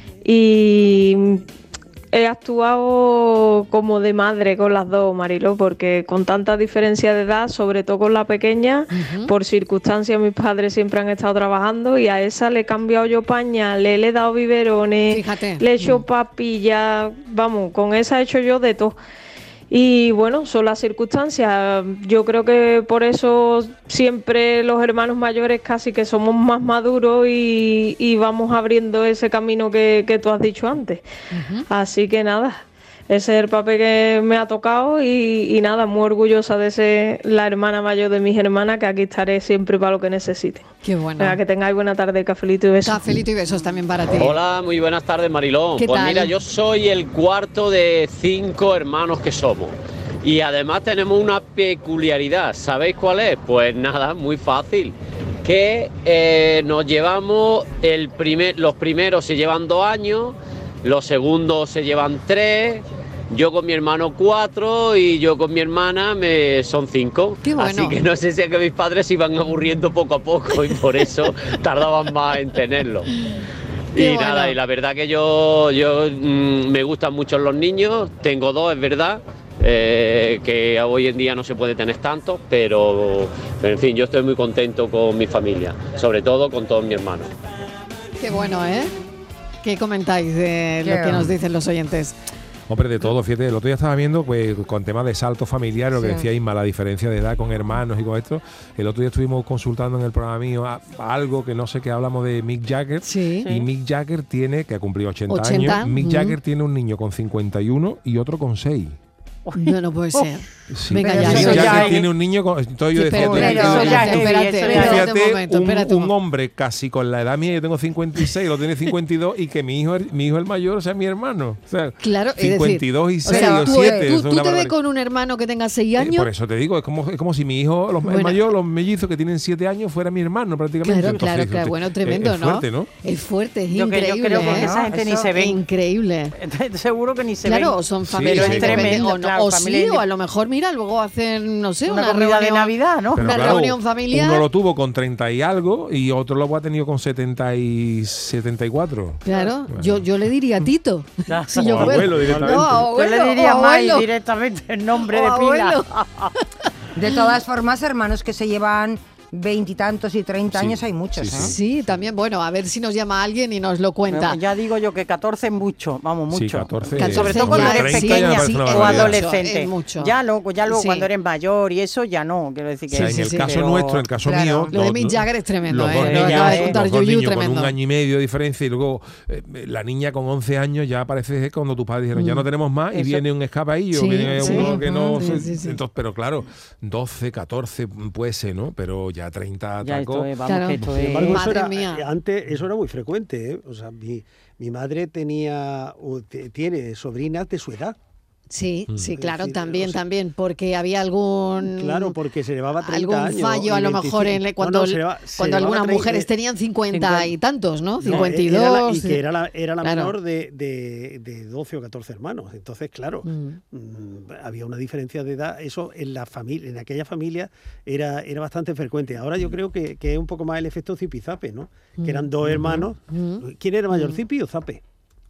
L: Y he actuado como de madre con las dos, Mariló, porque con tanta diferencia de edad, sobre todo con la pequeña, por circunstancias mis padres siempre han estado trabajando y a esa le he cambiado yo pañales, le he dado biberones,
A: Fíjate.
L: le he hecho papillas, vamos, con esa he hecho yo de todo. Y bueno, son las circunstancias. Yo creo que por eso siempre los hermanos mayores casi que somos más maduros y vamos abriendo ese camino que tú has dicho antes. Así que nada, ese es el papel que me ha tocado y nada, muy orgullosa de ser la hermana mayor de mis hermanas, que aquí estaré siempre para lo que necesiten.
A: Qué bueno.
L: Venga, que tengáis buena tarde, cafelito y besos.
A: Cafelito y besos también para ti.
M: Hola, muy buenas tardes, Mariló.
A: ¿Qué
M: Pues
A: tal?
M: mira, yo soy el cuarto de 5 hermanos que somos. Y además tenemos una peculiaridad. ¿Sabéis cuál es? Pues nada, muy fácil. Que nos llevamos, los primeros se llevan 2 años, los segundos se llevan 3, yo con mi hermano 4 y yo con mi hermana son 5.
A: Qué bueno.
M: Así que no sé si es que mis padres se iban aburriendo poco a poco y por eso tardaban más en tenerlo.
A: Qué
M: Y nada,
A: bueno.
M: y la verdad que yo me gustan mucho los niños, tengo 2, es verdad, que hoy en día no se puede tener tantos, pero en fin, yo estoy muy contento con mi familia, sobre todo con todos mis hermanos.
A: Qué bueno, ¿eh? ¿Qué comentáis de lo
E: Qué
A: que nos
E: bueno.
A: dicen los oyentes?
C: Hombre, de todo, fíjate, el otro día estaba viendo pues, con temas de salto familiar, lo que
A: Sí.
C: decía Isma, la diferencia de edad con hermanos y con esto. El otro día estuvimos consultando en el programa mío algo que no sé qué, hablamos de Mick Jagger.
A: Sí.
C: Y Mick Jagger tiene, que ha cumplido 80
A: 80,
C: años, Mick
A: ujú.
C: Jagger tiene un niño con 51 y otro con 6.
A: No puede ser.
C: Sí.
A: Venga,
E: Pero
A: ya.
C: Mick
E: eso
C: Jagger
E: ya es-
C: tiene un niño con... Entonces yo
A: Sí,
C: decía,
A: pero
E: eso ya es
A: espérate,
E: heavy,
A: espérate
E: eso ya-
A: un
C: fíjate,
A: momento,
C: un hombre casi con la edad mía, yo tengo 56, lo tiene 52 y que mi hijo el mayor sea mi hermano. O sea,
A: Claro, es
C: 52 y
A: decir,
C: 6 o
A: tú,
C: 7.
A: tú te ves con un hermano que tenga 6 años.
C: Por eso te digo, es como si mi hijo, el
A: Bueno.
C: mayor, los mellizos que tienen 7 años, fuera mi hermano prácticamente.
A: Claro,
C: Entonces,
A: claro, bueno, tremendo,
C: es fuerte,
A: ¿no?
C: ¿no?
A: Es fuerte, es
D: Yo
A: increíble.
D: creo que
A: ¿eh?
D: esa gente ni se ve.
A: Increíble.
D: Seguro que ni se
A: Claro,
D: ven.
A: o son
C: Sí,
A: familias
C: sí.
A: que dependen,
D: Tremendo,
A: o, no,
D: claro,
A: o sí,
D: familias
A: o a lo mejor, mira, luego hacen, no sé,
D: Una
A: una
D: comida de
A: reunión
D: Navidad, ¿no?
C: Pero
A: Una
C: claro,
A: reunión familiar.
C: Uno lo tuvo con 30 y algo y otro lo ha tenido con 70 y 74.
A: Claro,
C: Bueno.
A: yo le diría a Tito. Si
C: O
A: yo fuera.
C: abuelo directamente.
A: No,
D: Yo
A: abuelo,
D: le diría
A: o
D: más
A: abuelo.
D: directamente el nombre
A: O
D: de
A: abuelo.
D: pila.
E: De todas formas, hermanos que se llevan 20 y tantos y 30
C: Sí,
E: años hay muchos,
C: sí,
E: ¿eh?
A: Sí, también, bueno, a ver si nos llama alguien y nos lo cuenta.
D: Ya digo yo que 14 es mucho, vamos,
C: Sí,
D: mucho.
C: 14.
D: Sobre todo cuando
A: ya
D: eres
A: es-
C: 30 ya me
D: pequeña
C: parece una
D: o
C: barbaridad.
D: adolescente.
A: Es mucho.
D: Ya luego
A: Sí.
D: cuando eres mayor y eso ya no, quiero decir que
C: O sea,
A: Sí,
C: en el
A: sí,
C: caso
D: pero-
C: nuestro, en el caso
A: Claro,
C: mío...
A: lo de Mick Jagger es tremendo,
C: los
A: ¿eh?
C: dos
A: Lo
C: niños,
A: acaba de
D: los
A: contar
C: los dos
A: Yuyu,
C: niños
A: tremendo.
C: con 1 año y medio de diferencia y luego la niña con 11 años ya parece cuando tus padres dijeron ya no tenemos más y
D: Eso.
C: viene un escapadillo,
A: Sí,
C: viene
A: sí.
C: uno que no...
A: Sí, sí, sí.
C: Entonces, pero claro, 12, 14 puede ser, ¿no? Pero ya 30
D: Ya
C: tacos...
D: esto es, vamos,
A: Claro.
D: que esto
F: Sin
D: es...
F: embargo,
A: Madre
F: eso era,
A: mía.
F: antes eso era muy frecuente, ¿eh? O sea, mi madre tiene sobrinas de su edad.
A: Sí, sí, claro,
F: decir,
A: también,
F: o sea,
A: también, porque había algún...
F: Claro, porque se llevaba 30
A: algún
F: años.
A: fallo a
F: y
A: lo mejor
F: 25.
A: cuando,
F: No, se llevaba
A: cuando algunas
F: 30,
A: mujeres tenían 50 y tantos, ¿no? 52.
F: y que era la
A: Claro.
F: menor de 12 o 14 hermanos. Entonces, claro, había una diferencia de edad. Eso en la familia, en aquella familia era bastante frecuente. Ahora yo creo que es un poco más el efecto Zipizape, ¿no? Que eran 2 hermanos. ¿Quién era mayor, Zipi o Zape?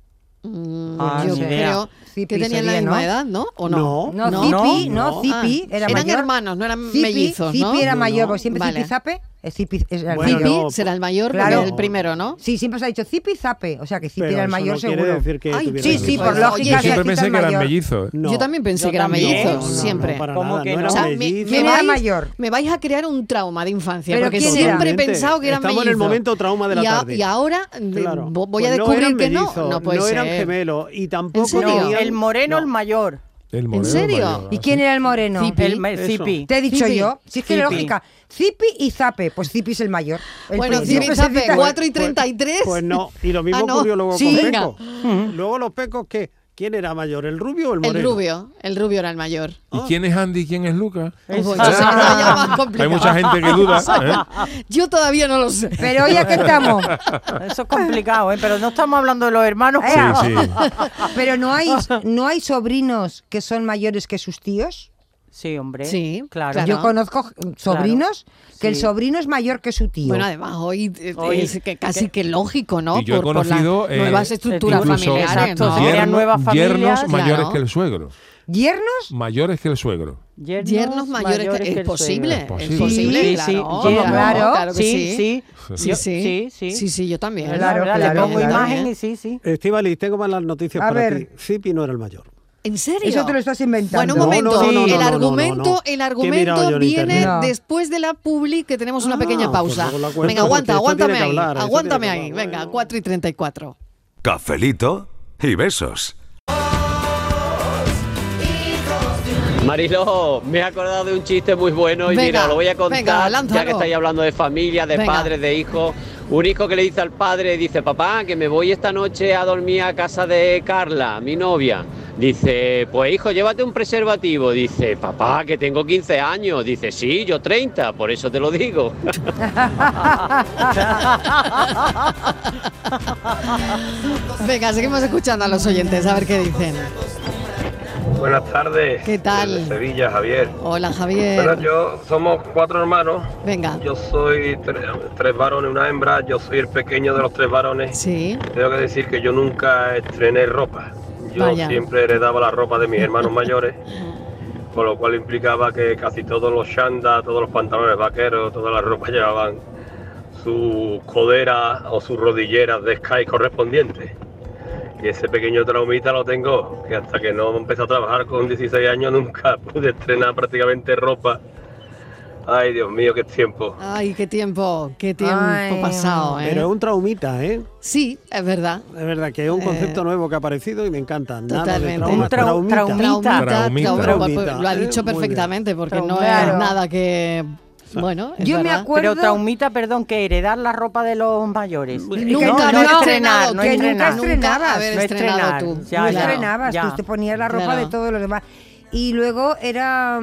A: Yo
D: ni idea.
A: creo
E: Zipi
A: que tenían la
E: sería,
A: misma
E: ¿no?
A: edad, ¿no? ¿O no?
E: No, Zipi, no, Zipi
A: Ah,
E: era
A: eran
E: mayor.
A: hermanos, no eran
E: Zipi,
A: mellizos, ¿no?
E: Zipi era
F: No,
E: mayor,
F: no.
E: porque siempre
A: Vale.
E: Zipizape Zipi era el
F: Bueno,
E: mayor.
A: Zipi será el mayor,
E: Claro.
A: porque es el primero, ¿no?
E: Sí, siempre se ha dicho Zipi y Zape. O sea, que Zipi
F: Pero
E: era el
F: eso
E: mayor
F: no quiere
E: seguro.
F: decir que
A: Ay,
F: tuviera
E: Sí,
F: el
E: sí,
F: mismo.
E: por
A: Oye,
E: lógica.
C: Yo
E: se
C: siempre
E: quita
C: pensé
E: el
C: que eran
E: mayor.
C: mellizos.
F: No.
A: Yo también pensé
D: Yo
A: que eran
D: también.
A: mellizos,
F: No, no,
A: siempre.
F: no, para
D: ¿Cómo
F: nada,
D: que
F: no
D: no?
F: eran
A: O sea,
F: mellizos.
E: ¿Quién era mayor?
A: me vais a crear un trauma de infancia,
E: ¿Pero
A: porque
E: quién era?
A: siempre he
F: Totalmente.
A: pensado que eran
F: Estamos
A: mellizos.
F: en el momento trauma de la tarde.
A: Y ahora
F: Claro.
A: voy
F: Pues
A: a
F: no
A: descubrir
F: eran
A: que
F: mellizos,
A: no puede
F: no eran
A: ser.
F: gemelos y tampoco
A: serio?
D: No,
F: tenían-
D: el moreno,
F: no.
D: el mayor.
C: El moreno
A: serio?
C: mayor,
E: ¿Y quién era el moreno?
A: Zipi.
F: Eso.
D: Zipi.
E: Te he dicho
A: Zipi.
E: yo. Si es que la
D: Zipi.
E: lógica. Zipi y Zape. Pues Zipi es el mayor. El
A: Bueno,
E: primero.
A: Zipi,
E: Siempre se
A: Zape,
E: cita-
A: 4 y 33.
F: Pues no, y lo mismo
A: Ah, no.
F: ocurrió luego
E: Sí.
F: con
A: Venga.
F: Peco. Luego los Pecos, ¿qué? ¿Quién era mayor, el rubio o el moreno?
A: El rubio era el mayor.
C: ¿Y quién es Andy y quién es Lucas?
A: Pues eso era ya más complicado.
C: Hay mucha gente que duda.
A: Yo todavía no lo sé.
E: Pero hoy aquí estamos.
D: Eso es complicado, ¿eh? Pero no estamos hablando de los hermanos.
C: Sí, sí.
E: Pero no hay sobrinos que son mayores que sus tíos.
D: Sí, hombre.
A: Sí,
D: claro.
E: Yo conozco sobrinos que el
D: Sí.
E: sobrino es mayor que su tío.
A: Bueno, además, hoy
D: Hoy,
A: es que casi que lógico, ¿no?
C: Y yo he
A: por las
C: conocido
A: nuevas estructuras
C: incluso
A: familiares,
D: exacto,
A: ¿no?
D: sí, crean nuevas familias,
C: yernos mayores
A: claro.
C: que el suegro.
E: ¿Yernos?
C: Mayores que el suegro.
A: Yernos mayores que es
D: el
A: posible.
D: suegro.
A: Es posible,
D: Sí,
A: claro.
D: sí,
A: Claro que
D: sí,
A: sí.
D: sí.
A: Sí, sí, yo también.
E: Claro,
D: Le
E: claro,
D: pongo
E: claro.
D: imagen y sí.
F: Estíbaliz, tengo malas noticias
E: A
F: para
E: ver.
F: ti. Zipi no era el mayor.
A: ¿En serio?
E: Eso te lo estás inventando.
A: Bueno, un momento.
F: No, no, no,
A: el
F: no, no,
A: argumento,
F: no, no.
A: el
F: Que he mirado
A: argumento
F: yo en
A: viene
F: internet.
E: No.
A: después de la publi, que tenemos una pequeña
F: pues
A: pausa.
F: luego la cuento,
A: Venga,
F: porque esto
A: aguántame
F: tiene que
A: ahí.
F: hablar, esto
A: Aguántame
F: tiene que
A: ahí.
F: hablar.
A: Venga, 4 y 34.
B: Cafelito y besos.
M: Mariló, me he acordado de un chiste muy bueno y
A: Venga,
M: mira, lo voy a
A: venga,
M: contar
A: lánzalo.
M: ya que estáis hablando de familia, de
A: Venga.
M: padres, de hijos. Un hijo que le dice al padre, dice, papá, que me voy esta noche a dormir a casa de Carla, mi novia. Dice, pues hijo, llévate un preservativo. Dice, papá, que tengo 15 años. Dice, sí, yo 30, por eso te lo digo.
A: Venga, seguimos escuchando a los oyentes, a ver qué dicen.
N: Buenas tardes.
A: ¿Qué tal?
N: Desde Sevilla, Javier.
A: Hola,
N: Bueno,
A: Javier.
N: somos 4 hermanos.
A: Venga.
N: Yo soy 3 varones y una hembra. Yo soy el pequeño de los 3 varones.
A: Sí.
N: Tengo que decir que yo nunca estrené ropa. Yo
A: Vaya.
N: siempre heredaba la ropa de mis hermanos mayores, con lo cual implicaba que casi todos los chandas, todos los pantalones vaqueros, toda la ropa llevaban sus coderas o sus rodilleras de Sky correspondientes. Y ese pequeño traumita lo tengo, que hasta que no empecé a trabajar con 16 años nunca pude estrenar prácticamente ropa. Ay, Dios mío, qué tiempo.
A: Ay, qué tiempo
E: Ay.
A: pasado, ¿eh?
F: Pero es un traumita, ¿eh?
A: Sí, es verdad.
F: Es verdad que es un concepto nuevo que ha aparecido y me encanta. Nada de
A: Totalmente.
F: trauma,
D: Un
F: traumita.
A: Traumita.
F: Traumita,
A: Lo ha dicho
F: muy bien.
A: perfectamente, porque no
E: Claro.
A: es nada que... Bueno, es
E: Yo me
A: verdad.
E: acuerdo.
D: Pero traumita, perdón, que heredar la ropa de los mayores.
A: Nunca,
D: no
A: no,
D: estrenar, no
E: que
D: estrenar.
E: nunca estrenabas.
A: haber
D: No
A: estrenado
D: estrenar,
A: tú.
D: ya,
E: No
D: ya.
E: estrenabas,
D: ya.
E: tú te ponías la ropa
A: Claro.
E: de todos los demás. Y luego era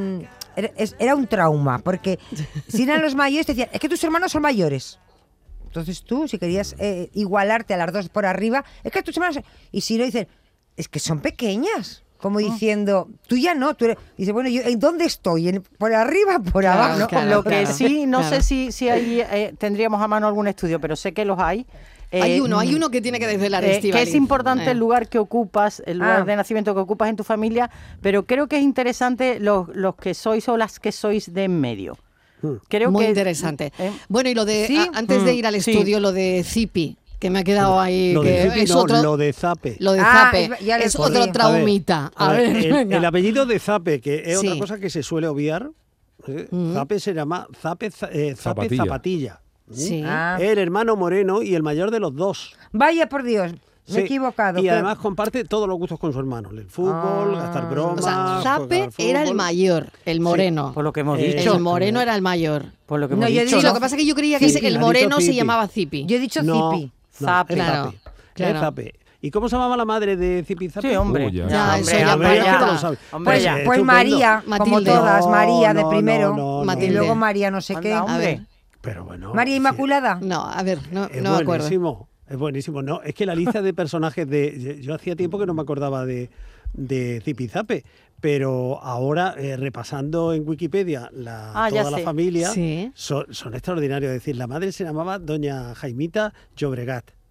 E: un trauma, porque si eran los mayores te decían, es que tus hermanos son mayores. Entonces tú, si querías igualarte a las dos por arriba, es que tus hermanos... Y si no, dicen, es que son pequeñas. Como diciendo, tú ya no, tú eres... Dice, bueno, ¿yo en dónde estoy? ¿Por arriba, por
A: Claro,
E: abajo?
A: claro.
D: Lo que sí, no
A: claro.
D: sé si ahí tendríamos a mano algún estudio, pero sé que los hay.
A: Hay uno que tiene que desvelar
D: que
A: Estíbaliz.
D: es importante el lugar que ocupas, el lugar
E: Ah.
D: de nacimiento que ocupas en tu familia, pero creo que es interesante los que sois o las que sois de en medio. Creo
A: Muy
D: que,
A: interesante. Bueno, y lo de,
E: ¿Sí?
A: antes de ir al
D: Sí.
A: estudio, lo de Zipi, que me ha quedado ahí,
F: Lo
A: que
F: de Zipi
A: es
F: no,
A: otro...
F: lo de Zape.
A: Lo de
E: Ah,
A: Zape,
E: ya lo
A: es
E: entendí.
A: otro traumita. A ver,
F: el
A: venga.
F: apellido de Zape, que es
A: Sí.
F: otra cosa que se suele obviar. Zape se llama Zape
C: Zapatilla.
F: Zapatilla.
A: Sí.
E: Ah.
F: El hermano moreno y el mayor de los dos.
E: Vaya por Dios, me
F: Sí.
E: he equivocado.
F: Y
E: que-
F: además comparte todos los gustos con su hermano. El fútbol, gastar bromas.
A: O sea, Zape
F: jugar al
A: era el
F: fútbol.
A: mayor, el moreno.
D: por lo que hemos
F: Eh,
D: dicho.
A: El moreno era el mayor.
D: Por lo que
E: No,
D: hemos
E: yo
D: dicho.
A: Sí,
E: digo-
A: lo que pasa es que yo creía que
F: Zipi,
A: el
F: ha
A: moreno
F: dicho
A: se
F: Zipi.
A: llamaba Zipi.
E: Yo he dicho
F: No,
E: Zipi.
F: no,
D: Zape.
F: es
A: Claro,
F: Zape.
A: claro.
F: Es Zape. ¿Y cómo se llamaba la madre de Zipi Zape?
D: Sí, hombre.
C: Ya,
A: Ya,
D: hombre,
A: eso ya
D: hombre,
A: para
F: ya
A: allá.
F: lo sabe.
D: Hombre,
E: Pues,
D: ya.
E: pues
F: Estupendo.
E: María, como
A: Matilde.
E: todas,
F: No,
E: María de
F: no,
E: primero.
F: no, no,
A: Matilde.
E: Y luego María no sé qué.
D: Anda,
A: A ver.
D: hombre.
F: Pero bueno.
E: María
F: sí.
E: Inmaculada.
A: No, a ver, no
F: Es
A: me acuerdo.
F: buenísimo, es buenísimo. No, es que la lista de personajes de... Yo hacía tiempo que no me acordaba de Zipizape, pero ahora repasando en Wikipedia
D: ya
F: toda la
D: sé.
F: familia,
A: Sí.
F: son extraordinarios. Es decir, la madre se llamaba doña Jaimita Llobregat.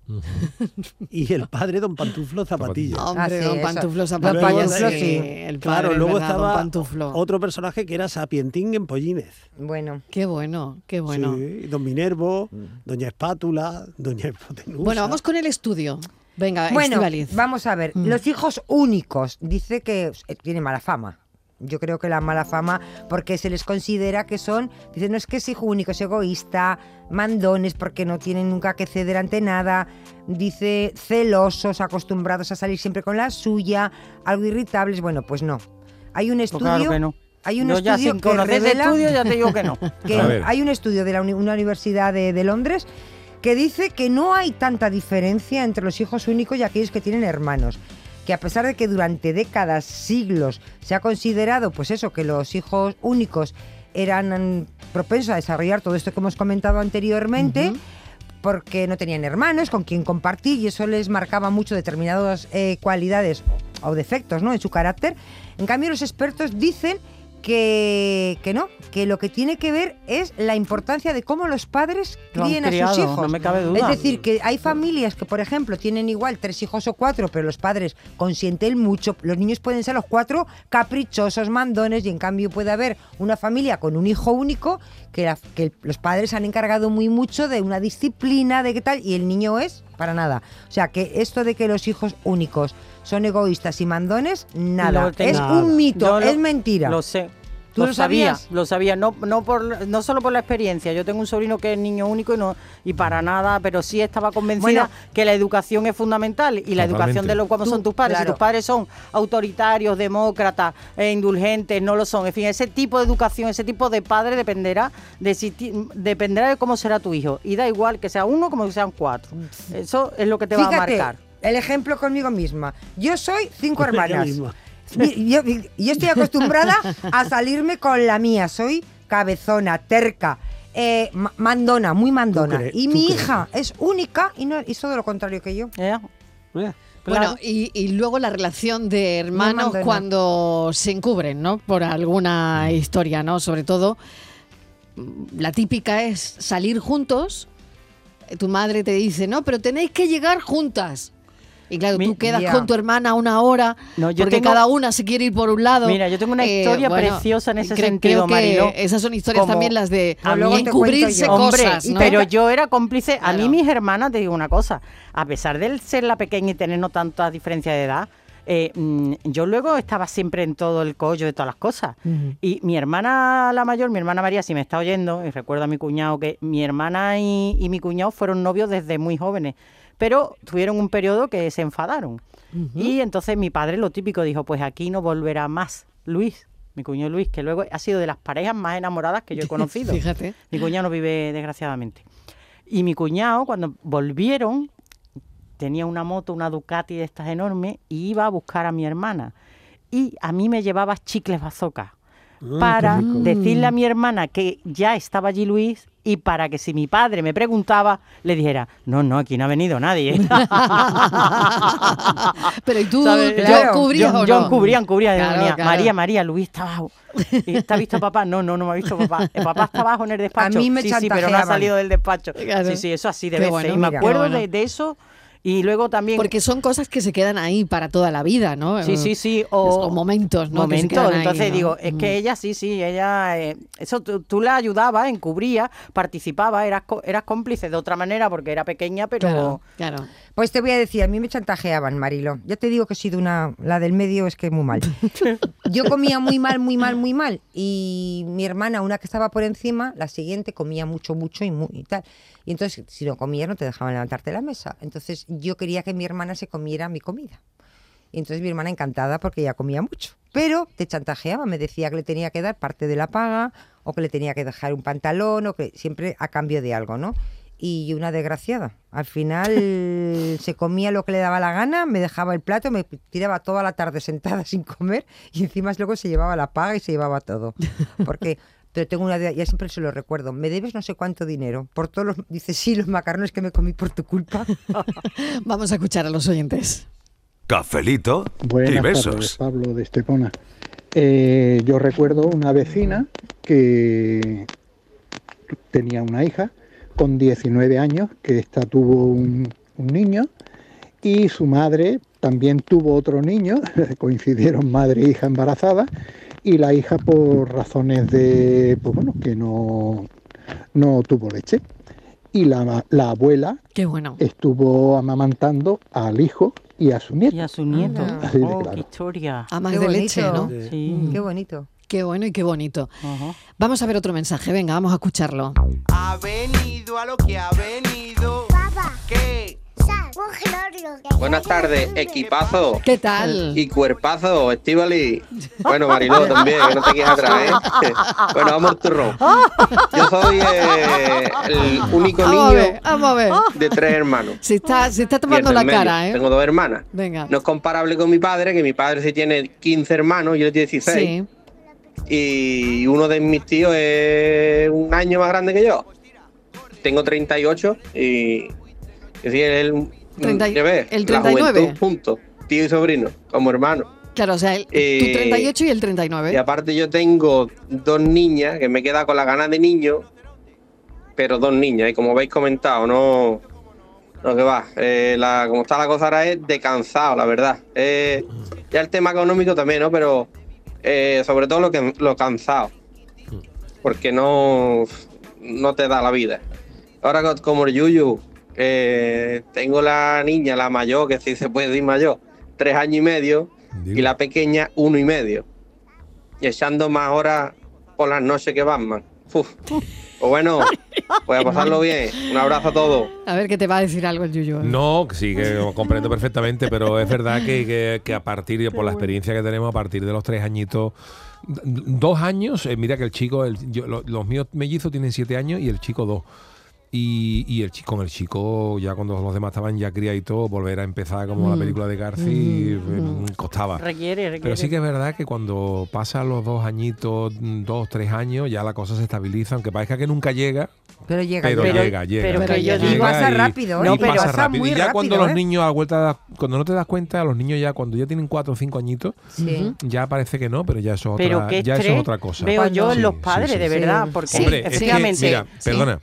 F: Y el padre, don Pantuflo Zapatillas.
A: Hombre, don Pantuflo
F: Zapatillas.
A: Zapatillas, sí. El padre,
F: Claro, luego
A: ¿verdad? Don
F: estaba
A: Pantuflo.
F: otro personaje que era Sapientín en Pollínez.
E: Bueno.
A: Qué bueno, qué bueno.
F: Sí, don Minervo, doña Espátula, doña Hipotenusa.
A: Bueno, vamos con el estudio. Venga,
E: Bueno,
A: Estíbaliz.
E: vamos a ver. Los hijos únicos, dice que tiene mala fama. Yo creo que la mala fama, porque se les considera que son, dicen, no es que es hijo único, es egoísta, mandones porque no tienen nunca que ceder ante nada, dice celosos, acostumbrados a salir siempre con la suya, algo irritables. Bueno, pues no. Hay un estudio...
D: Claro que no.
E: Hay un
D: Yo ya
E: estudio
D: sin
E: que
D: conocer ese
E: revela
D: estudio ya te digo que no.
E: que hay un estudio de una universidad de Londres que dice que no hay tanta diferencia entre los hijos únicos y aquellos que tienen hermanos. Que a pesar de que durante décadas, siglos, se ha considerado, pues eso, que los hijos únicos eran propensos a desarrollar todo esto que hemos comentado anteriormente, porque no tenían hermanos con quien compartir y eso les marcaba mucho determinadas cualidades o defectos, ¿no?, en su carácter. En cambio, los expertos dicen que no, que lo que tiene que ver es la importancia de cómo los padres críen a sus hijos.
D: No me cabe duda.
E: Es decir, que hay familias que, por ejemplo, tienen igual 3 hijos o 4, pero los padres consienten mucho. Los niños pueden ser los 4 caprichosos, mandones, y en cambio puede haber una familia con un hijo único que los padres han encargado muy mucho de una disciplina, de qué tal, y el niño es para nada. O sea, que esto de que los hijos únicos son egoístas y mandones, nada. Es un mito, es mentira.
D: Lo sé.
E: ¿Tú lo sabías?
D: Lo sabía, no solo por la experiencia. Yo tengo un sobrino que es niño único y para nada, pero sí estaba convencida que la educación es fundamental y la educación de cómo son tus padres.
E: claro.
D: Si tus padres son autoritarios, demócratas, indulgentes, no lo son. En fin, ese tipo de educación, ese tipo de padre dependerá de cómo será tu hijo. Y da igual que sea uno como que sean 4. Eso es lo que te va a marcar.
E: El ejemplo conmigo misma. Yo soy 5 hermanas. Yo estoy acostumbrada a salirme con la mía. Soy cabezona, terca, mandona, muy mandona. Y mi hija es única y no es todo lo contrario que yo.
A: Bueno, y luego la relación de hermanos
E: mandona.
A: cuando se encubren, ¿no? Por alguna historia, ¿no? Sobre todo, la típica es salir juntos. Tu madre te dice, no, pero tenéis que llegar juntas. Y claro, tú quedas con tu hermana una hora, porque cada una se quiere ir por un lado.
D: Mira, yo tengo una historia preciosa en ese sentido,
A: creo que
D: Mariló.
A: esas son historias también las de
D: luego
A: encubrirse cosas, ¿no?
D: Pero yo era cómplice. A mí mis hermanas, te digo una cosa, a pesar de ser la pequeña y tener no tanta diferencia de edad, yo luego estaba siempre en todo el collo de todas las cosas. Y mi hermana, la mayor, mi hermana María, si me está oyendo, y recuerdo a mi cuñado, que mi hermana y mi cuñado fueron novios desde muy jóvenes. Pero tuvieron un periodo que se enfadaron. Y entonces mi padre, lo típico, dijo, pues aquí no volverá más Luis, mi cuñado Luis, que luego ha sido de las parejas más enamoradas que yo he conocido.
A: Fíjate.
D: Mi cuñado no vive, desgraciadamente. Y mi cuñado, cuando volvieron, tenía una moto, una Ducati de estas enormes, y iba a buscar a mi hermana. Y a mí me llevaba chicles bazooka para decirle a mi hermana que ya estaba allí Luis, y para que si mi padre me preguntaba, le dijera, no, aquí no ha venido nadie.
A: Pero ¿y tú
D: encubrías o no? Yo encubría.
A: Claro.
D: María, Luis está abajo. ¿Te ha visto papá? No me ha visto papá. El papá está abajo en el despacho.
E: A mí me
D: sí, pero no ha salido del despacho.
A: Claro.
D: Sí, eso así de
A: Qué
D: veces.
A: bueno,
D: y me
A: mira,
D: acuerdo
A: qué bueno.
D: de eso. Y luego también...
A: Porque son cosas que se quedan ahí para toda la vida, ¿no?
D: Sí.
A: O momentos, ¿no? Que se quedan ahí,
D: entonces
A: ¿no?
D: digo, es que ella ella... eso tú la ayudabas, encubrías, participabas, eras cómplice de otra manera porque era pequeña, pero...
A: Claro.
E: Pues te voy a decir, a mí me chantajeaban, Marilo. Ya te digo que he sido la del medio es que muy mal. Yo comía muy mal. Y mi hermana, una que estaba por encima, la siguiente comía mucho y tal. Y entonces, si no comías, no te dejaban levantarte de la mesa. Entonces, yo quería que mi hermana se comiera mi comida. Y entonces mi hermana encantada porque ella comía mucho. Pero te chantajeaba, me decía que le tenía que dar parte de la paga, o que le tenía que dejar un pantalón, o que siempre a cambio de algo, ¿no? Y una desgraciada. Al final se comía lo que le daba la gana, me dejaba el plato, me tiraba toda la tarde sentada sin comer y encima luego se llevaba la paga y se llevaba todo. Porque, pero tengo una idea, ya siempre se lo recuerdo, me debes no sé cuánto dinero. Por todos los, dice, sí, los macarrones que me comí por tu culpa.
A: Vamos a escuchar a los oyentes.
B: Cafelito
O: Buenas
B: y besos.
O: tardes, Pablo de Estepona. Yo recuerdo una vecina que tenía una hija con 19 años, que esta tuvo un un niño, y su madre también tuvo otro niño, coincidieron madre e hija embarazada, y la hija por razones de, pues bueno, que no tuvo leche. Y la abuela
A: Qué bueno.
O: estuvo amamantando al hijo y a su nieto.
D: Y a su nieto.
O: Así de
D: Oh,
O: claro.
D: qué historia.
A: A más
E: Qué
A: de
E: bonito.
A: leche, ¿no?
D: Sí.
E: Qué bonito.
A: Qué bueno y qué bonito. Vamos a ver otro mensaje. Venga, vamos a escucharlo.
P: Ha venido a lo que ha venido.
Q: Papá.
P: ¿Qué?
Q: Buenas tardes, equipazo.
A: ¿Qué tal?
Q: Y cuerpazo, Estíbaliz. Bueno, Mariló también, que no te quedes atrás, ¿eh? Bueno, vamos al turrón. Yo soy el único
A: Vamos
Q: niño
A: a ver.
Q: de 3 hermanos.
A: Se está
Q: Y el
A: tomando
Q: del
A: la
Q: medio.
A: cara, ¿eh?
Q: Tengo 2 hermanas.
A: Venga.
Q: No es comparable con mi padre, que mi padre sí tiene 15 hermanos y yo tiene 16.
A: Sí.
Q: Y uno de mis tíos es un año más grande que yo. Tengo 38 y que sí, él, ¿qué ves?
A: el
Q: La
A: 39.
Q: juventud juntos, tío y sobrino, como hermano.
A: Claro, o sea, tu 38 y el 39.
Q: Y aparte yo tengo 2 niñas, que me queda con las ganas de niño, pero 2 niñas, y como habéis comentado, no que va, como está la cosa ahora es de cansado, la verdad. Ya el tema económico también, ¿no? Pero sobre todo lo cansado, porque no te da la vida. Ahora como el Yuyu, tengo la niña, la mayor, que sí se puede decir mayor, 3 años y medio, y la pequeña 1 y medio. Y echando más horas por las noches que Batman. Uf. Pues bueno, voy a pasarlo bien. Un abrazo a todos.
A: A ver qué te va a decir algo el Yuyu.
C: No, que sí, que lo comprendo perfectamente, pero es verdad que a partir, por la experiencia que tenemos, a partir de los 3 añitos, 2 años, mira que el chico, los míos mellizos tienen 7 años y el chico 2. Y con el chico, ya cuando los demás estaban ya criaditos, volver a empezar como la película de Garci costaba.
D: Requiere.
C: Pero sí que es verdad que cuando pasan los 2 añitos, 2, 3 años, ya la cosa se estabiliza, aunque parezca que nunca llega.
E: Pero llega.
C: Pero llega.
D: Pero que yo digo,
E: pasa rápido,
C: no,
E: pero
C: pasa
E: pasa
C: rápido.
E: muy
C: Y ya
E: rápido,
C: cuando los niños, a la vuelta, cuando no te das cuenta, los niños ya, cuando ya tienen 4 o 5 añitos, ya parece que no, pero ya eso es otra,
D: eso es
C: otra cosa.
D: Veo yo en los padres, de verdad, porque
C: hombre,
D: efectivamente.
C: es que, mira, perdona,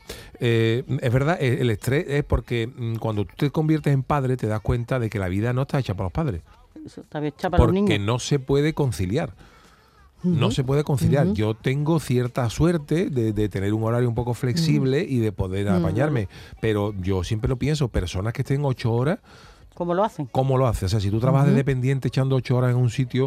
C: es verdad, el estrés es porque cuando tú te conviertes en padre te das cuenta de que la vida no está hecha para los padres.
D: Eso está hecha para los niños.
C: Porque no se puede conciliar. No se puede conciliar. Yo tengo cierta suerte de tener un horario un poco flexible y de poder apañarme. Pero yo siempre lo pienso, personas que estén 8 horas,
D: ¿cómo lo hacen?
C: ¿Cómo lo haces? O sea, si tú trabajas de dependiente echando 8 horas en un sitio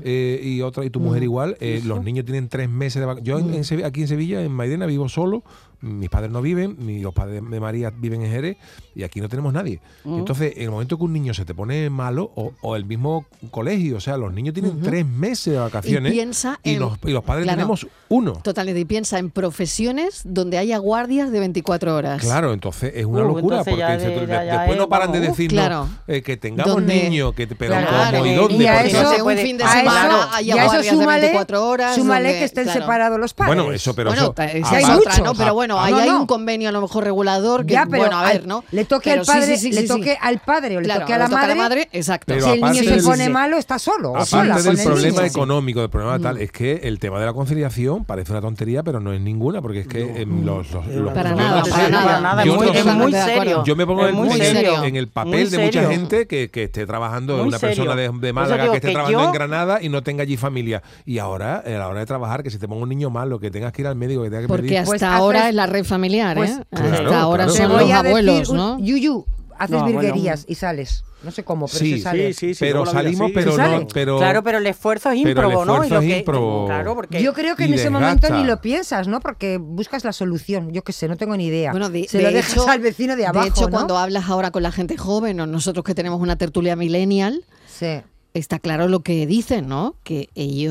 C: y tu mujer igual, los niños tienen 3 meses de vacaciones. Yo aquí en Sevilla, en Mairena, vivo solo. Mis padres no viven, los padres de María viven en Jerez y aquí no tenemos nadie. Entonces, en el momento que un niño se te pone malo, o el mismo colegio, o sea, los niños tienen 3 meses de vacaciones y los padres tenemos 1.
A: Totalmente, y piensa en profesiones donde haya guardias de 24 horas.
C: Claro, entonces es una locura, porque después no paran de decirnos que tengamos niños, pero ¿cómo y dónde?
E: Y a
C: porque
E: eso,
A: un fin de semana haya guardias de 24 horas.
E: Súmale que estén separados los padres.
C: Bueno, eso, pero
A: bueno,
C: eso...
A: es otra, ¿no? Pero bueno, ahí hay un convenio a lo mejor regulador que,
E: ya, pero
A: bueno, a ver, ¿no?
E: Le toque al padre, le toque al padre o le toque a la madre.
A: Exacto.
C: Pero
E: si el niño se pone malo, está solo o sola.
C: Aparte del problema económico, del problema tal, es que el tema de la conciliación parece una tontería, pero no es ninguna, porque es que
A: para nada.
D: Es muy serio.
C: Yo me pongo en el papel de mucha gente que esté trabajando, una persona de Málaga que esté trabajando en Granada y no tenga allí familia. Y ahora, a la hora de trabajar, que si te ponga un niño malo, que tengas que ir al médico, que tengas que
A: porque
C: pedir...
A: hasta ahora es la red familiar, hasta ahora son
E: los
A: abuelos, ¿no?
E: Yuyu, haces virguerías y sales. No sé cómo, pero se sale.
C: Sí, pero salimos, pero no...
D: Claro, pero el esfuerzo es ímprobo, ¿no?
E: Claro, porque yo creo que en ese momento ni lo piensas, ¿no? Porque buscas la solución. Yo qué sé, no tengo ni idea.
A: Bueno,
E: se lo dejas al vecino de abajo,
A: de hecho,
E: ¿no?
A: cuando hablas ahora con la gente joven o nosotros que tenemos una tertulia millennial... Está claro lo que dicen, ¿no? Que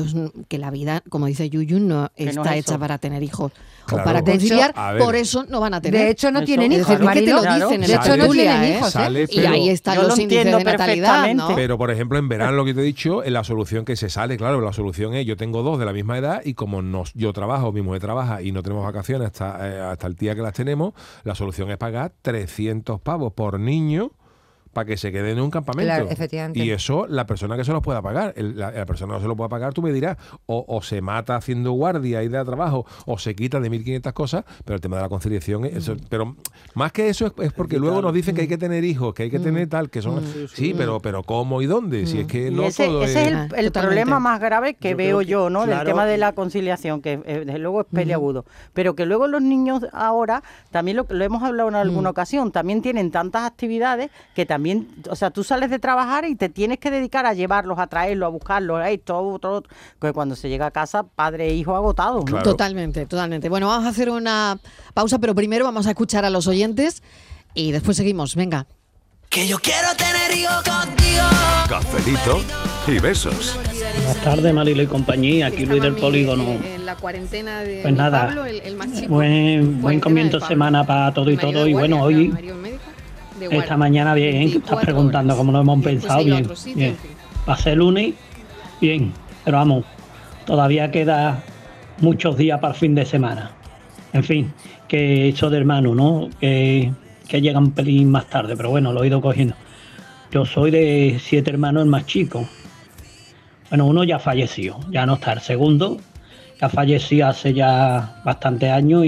A: la vida, como dice Yuyu, no está hecha para tener hijos o para conciliar, por eso no van a tener.
E: De hecho, no tienen hijos,
A: que te lo dicen en
E: de hecho, no tienen hijos,
A: y ahí están los índices de natalidad, ¿no?
C: Pero, por ejemplo, en verano, lo que te he dicho, la solución que se sale, claro, la solución es, yo tengo 2 de la misma edad y como yo trabajo, mi mujer trabaja y no tenemos vacaciones hasta el día que las tenemos, la solución es pagar 300 pavos por niño para que se quede en un campamento.
E: Claro, efectivamente.
C: Y eso, la persona que se los pueda pagar, la persona que no se lo pueda pagar, tú me dirás, o se mata haciendo guardia y de trabajo, o se quita de 1.500 cosas, pero el tema de la conciliación, eso, pero más que eso es porque luego nos dicen que hay que tener hijos, que hay que tener tal, que son... Sí, pero ¿cómo y dónde? Si es que no todo
D: ese es el
A: Totalmente.
D: problema más grave que veo yo, ¿no?
F: claro,
D: Del tema de la conciliación, que desde luego es peliagudo. Pero que luego los niños ahora, también lo hemos hablado en alguna ocasión, también tienen tantas actividades que también, o sea, tú sales de trabajar y te tienes que dedicar a llevarlos, a traerlos, a buscarlos, a esto, otro, que cuando se llega a casa, padre e hijo agotados, ¿no?
C: Claro.
A: Totalmente, totalmente. Bueno, vamos a hacer una pausa, pero primero vamos a escuchar a los oyentes y después seguimos. Venga.
R: Que yo quiero tener hijos contigo.
B: Cafelito y besos.
S: Buenas tardes, Marilo y compañía. Aquí Luis del Polígono.
A: En la cuarentena de
S: Pues nada,
A: Pablo, el más chico.
S: buen comienzo de semana para todo y todo. Y bueno, hoy, esta mañana bien, que estás preguntando cómo lo hemos pensado, bien. Bien. Va a ser lunes, bien. Pero vamos, todavía queda muchos días para el fin de semana. En fin, que eso de hermano, ¿no? Que llega un pelín más tarde, pero bueno, lo he ido cogiendo. Yo soy de 7 hermanos, el más chico. Bueno, uno ya falleció, ya no está. El segundo ya falleció hace ya bastantes años,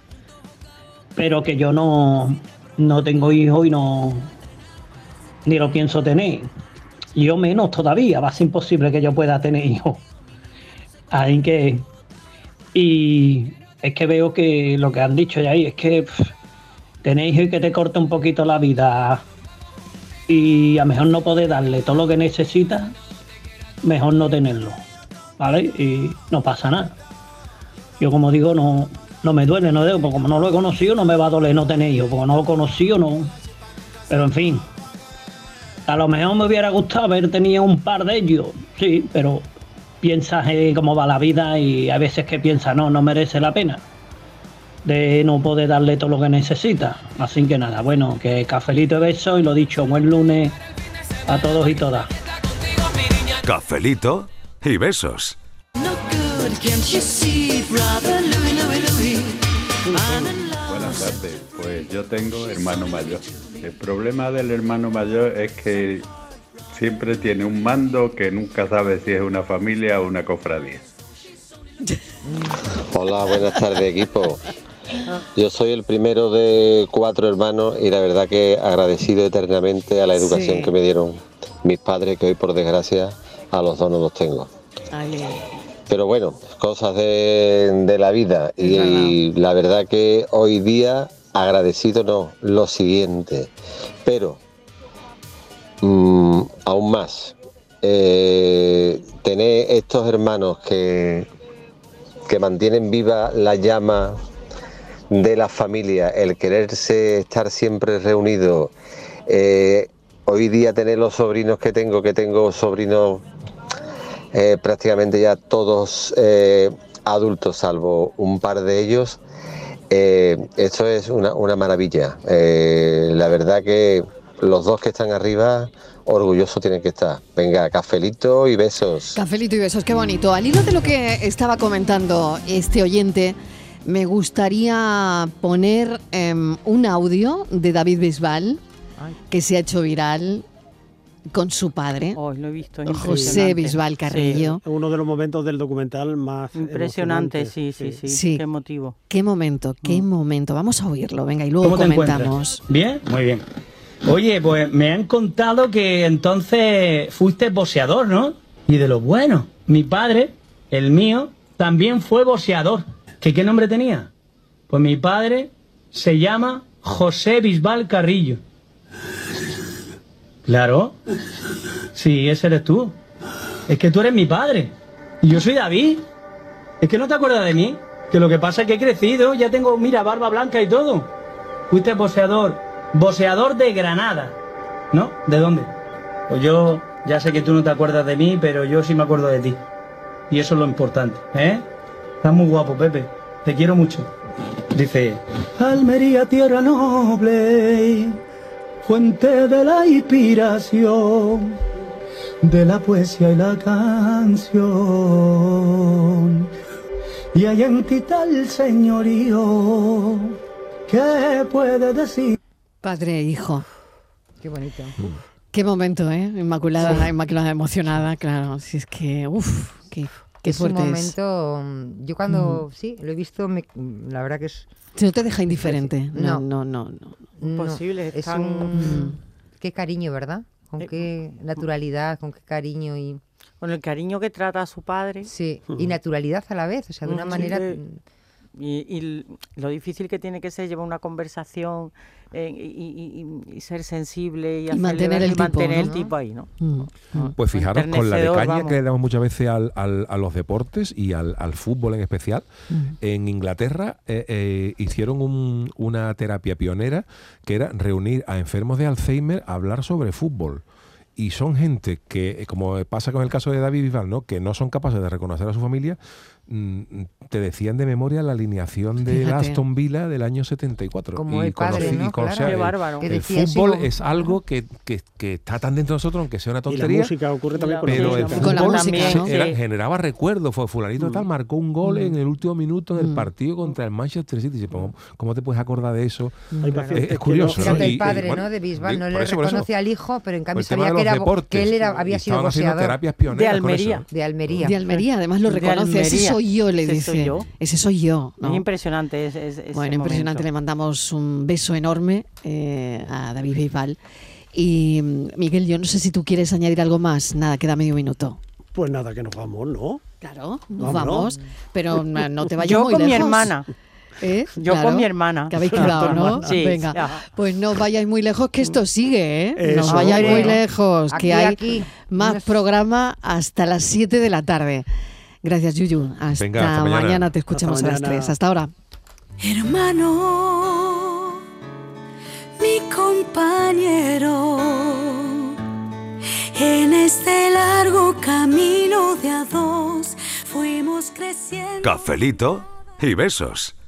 S: pero que yo no tengo hijos y ni lo pienso tener. Y yo menos todavía, va a ser imposible que yo pueda tener hijos. Así que, y es que veo que lo que han dicho ya ahí es que tener hijos y que te corte un poquito la vida y a lo mejor no poder darle todo lo que necesitas, mejor no tenerlo, ¿vale? Y no pasa nada. Yo, como digo, no me duele, no debo, porque como no lo he conocido, no me va a doler no tener hijos, porque no lo he conocido, no. Pero en fin, a lo mejor me hubiera gustado haber tenido un par de ellos, sí, pero piensas cómo va la vida y hay veces que piensas, no merece la pena de no poder darle todo lo que necesita. Así que nada, bueno, que cafelito de besos y lo dicho, buen lunes a todos y todas.
B: Cafelito y besos.
T: Buenas tardes, pues yo tengo hermano mayor. El problema del hermano mayor es que siempre tiene un mando que nunca sabe si es una familia o una cofradía.
Q: Hola, buenas tardes, equipo. Yo soy el primero de 4 hermanos y la verdad que agradecido eternamente a la educación que me dieron mis padres, que hoy por desgracia a los 2 no los tengo. Pero bueno, cosas de la vida y la verdad que hoy día agradecido no, lo siguiente, pero aún más, tener estos hermanos que mantienen viva la llama de la familia, el quererse estar siempre reunidos, hoy día tener los sobrinos que tengo sobrinos prácticamente ya todos adultos, salvo un par de ellos, esto es una maravilla. La verdad que los 2 que están arriba, orgullosos tienen que estar. Venga, cafelito y besos.
A: Cafelito y besos, qué bonito. Al hilo de lo que estaba comentando este oyente, me gustaría poner un audio de David Bisbal que se ha hecho viral con su padre,
D: lo he visto,
A: José Bisbal Carrillo.
F: Sí, uno de los momentos del documental más
D: impresionante, sí, qué emotivo.
A: Qué momento. Vamos a oírlo, venga, y luego comentamos.
S: ¿Bien? Muy bien. Oye, pues me han contado que entonces fuiste boxeador, ¿no? Y de lo bueno. Mi padre, el mío, también fue boxeador. ¿Qué nombre tenía? Pues mi padre se llama José Bisbal Carrillo. Claro. Sí, ese eres tú. Es que tú eres mi padre. Y yo soy David. Es que no te acuerdas de mí. Que lo que pasa es que he crecido, ya tengo, mira, barba blanca y todo. Fuiste boxeador de Granada. ¿No? ¿De dónde? Pues yo ya sé que tú no te acuerdas de mí, pero yo sí me acuerdo de ti. Y eso es lo importante, ¿eh? Estás muy guapo, Pepe. Te quiero mucho. Dice: Almería, tierra noble, fuente de la inspiración, de la poesía y la canción. Y hay en ti tal señorío que puede decir.
A: Padre e hijo.
E: Qué bonito.
A: Qué momento, ¿eh? Inmaculada emocionada, claro. Si es que, qué fuerte
E: es. Un momento, yo cuando, sí, lo he visto, la verdad que es...
A: Si no te deja indiferente. No.
D: Imposible.
E: Es qué cariño, ¿verdad? Con qué naturalidad, con qué cariño y...
D: Con el cariño que trata a su padre.
E: Sí, y naturalidad a la vez, o sea, de una manera...
D: Y lo difícil que tiene que ser llevar una conversación y ser sensible y
A: mantener el
D: tipo ahí, ¿no?
C: Pues fijaros, con la de caña que le damos muchas veces a los deportes y al fútbol en especial, en Inglaterra hicieron una terapia pionera que era reunir a enfermos de Alzheimer a hablar sobre fútbol. Y son gente que, como pasa con el caso de David Bisbal, ¿no?, que no son capaces de reconocer a su familia. Te decían de memoria la alineación de Aston Villa del año 74.
E: Como el padre, ¿no? Claro.
C: O sea,
D: qué bárbaro.
C: El fútbol es algo que está tan dentro de nosotros, aunque sea una tontería.
F: Y la música ocurre también
C: pero el
A: con la música, ¿no?
C: generaba recuerdos. Fulanito tal marcó un gol en el último minuto del partido contra el Manchester City. ¿Cómo te puedes acordar de eso?
F: Es
C: curioso, ¿no?
E: El padre, ¿no?, de Bisbal no le reconoce al hijo, pero en cambio sabía que él había sido boxeador.
C: Terapias pioneras
D: de Almería.
E: De Almería,
A: además lo reconoce. Ese soy yo, le dice. Ese soy yo, ¿no?
D: Es impresionante.
A: Bueno, impresionante.
D: Momento.
A: Le mandamos un beso enorme a David Bisbal. Y Miguel, yo no sé si tú quieres añadir algo más. Nada, queda medio minuto.
F: Pues nada, que nos vamos, ¿no?
A: Claro, nos vamos. Pero no te vayas muy lejos.
D: Yo con mi hermana. Yo
A: claro,
D: con mi hermana.
A: Que habéis quedado, ¿no?
D: Sí.
A: Venga, pues no vayáis muy lejos, que esto sigue, ¿eh?
F: Eso.
A: No vayáis muy lejos, que
E: aquí,
A: más programa hasta las 7 de la tarde. Gracias, Yuyu. Hasta mañana. Te escuchamos a las 3. Hasta ahora.
R: Hermano, mi compañero, en este largo camino de a dos fuimos creciendo.
B: Cafelito y besos.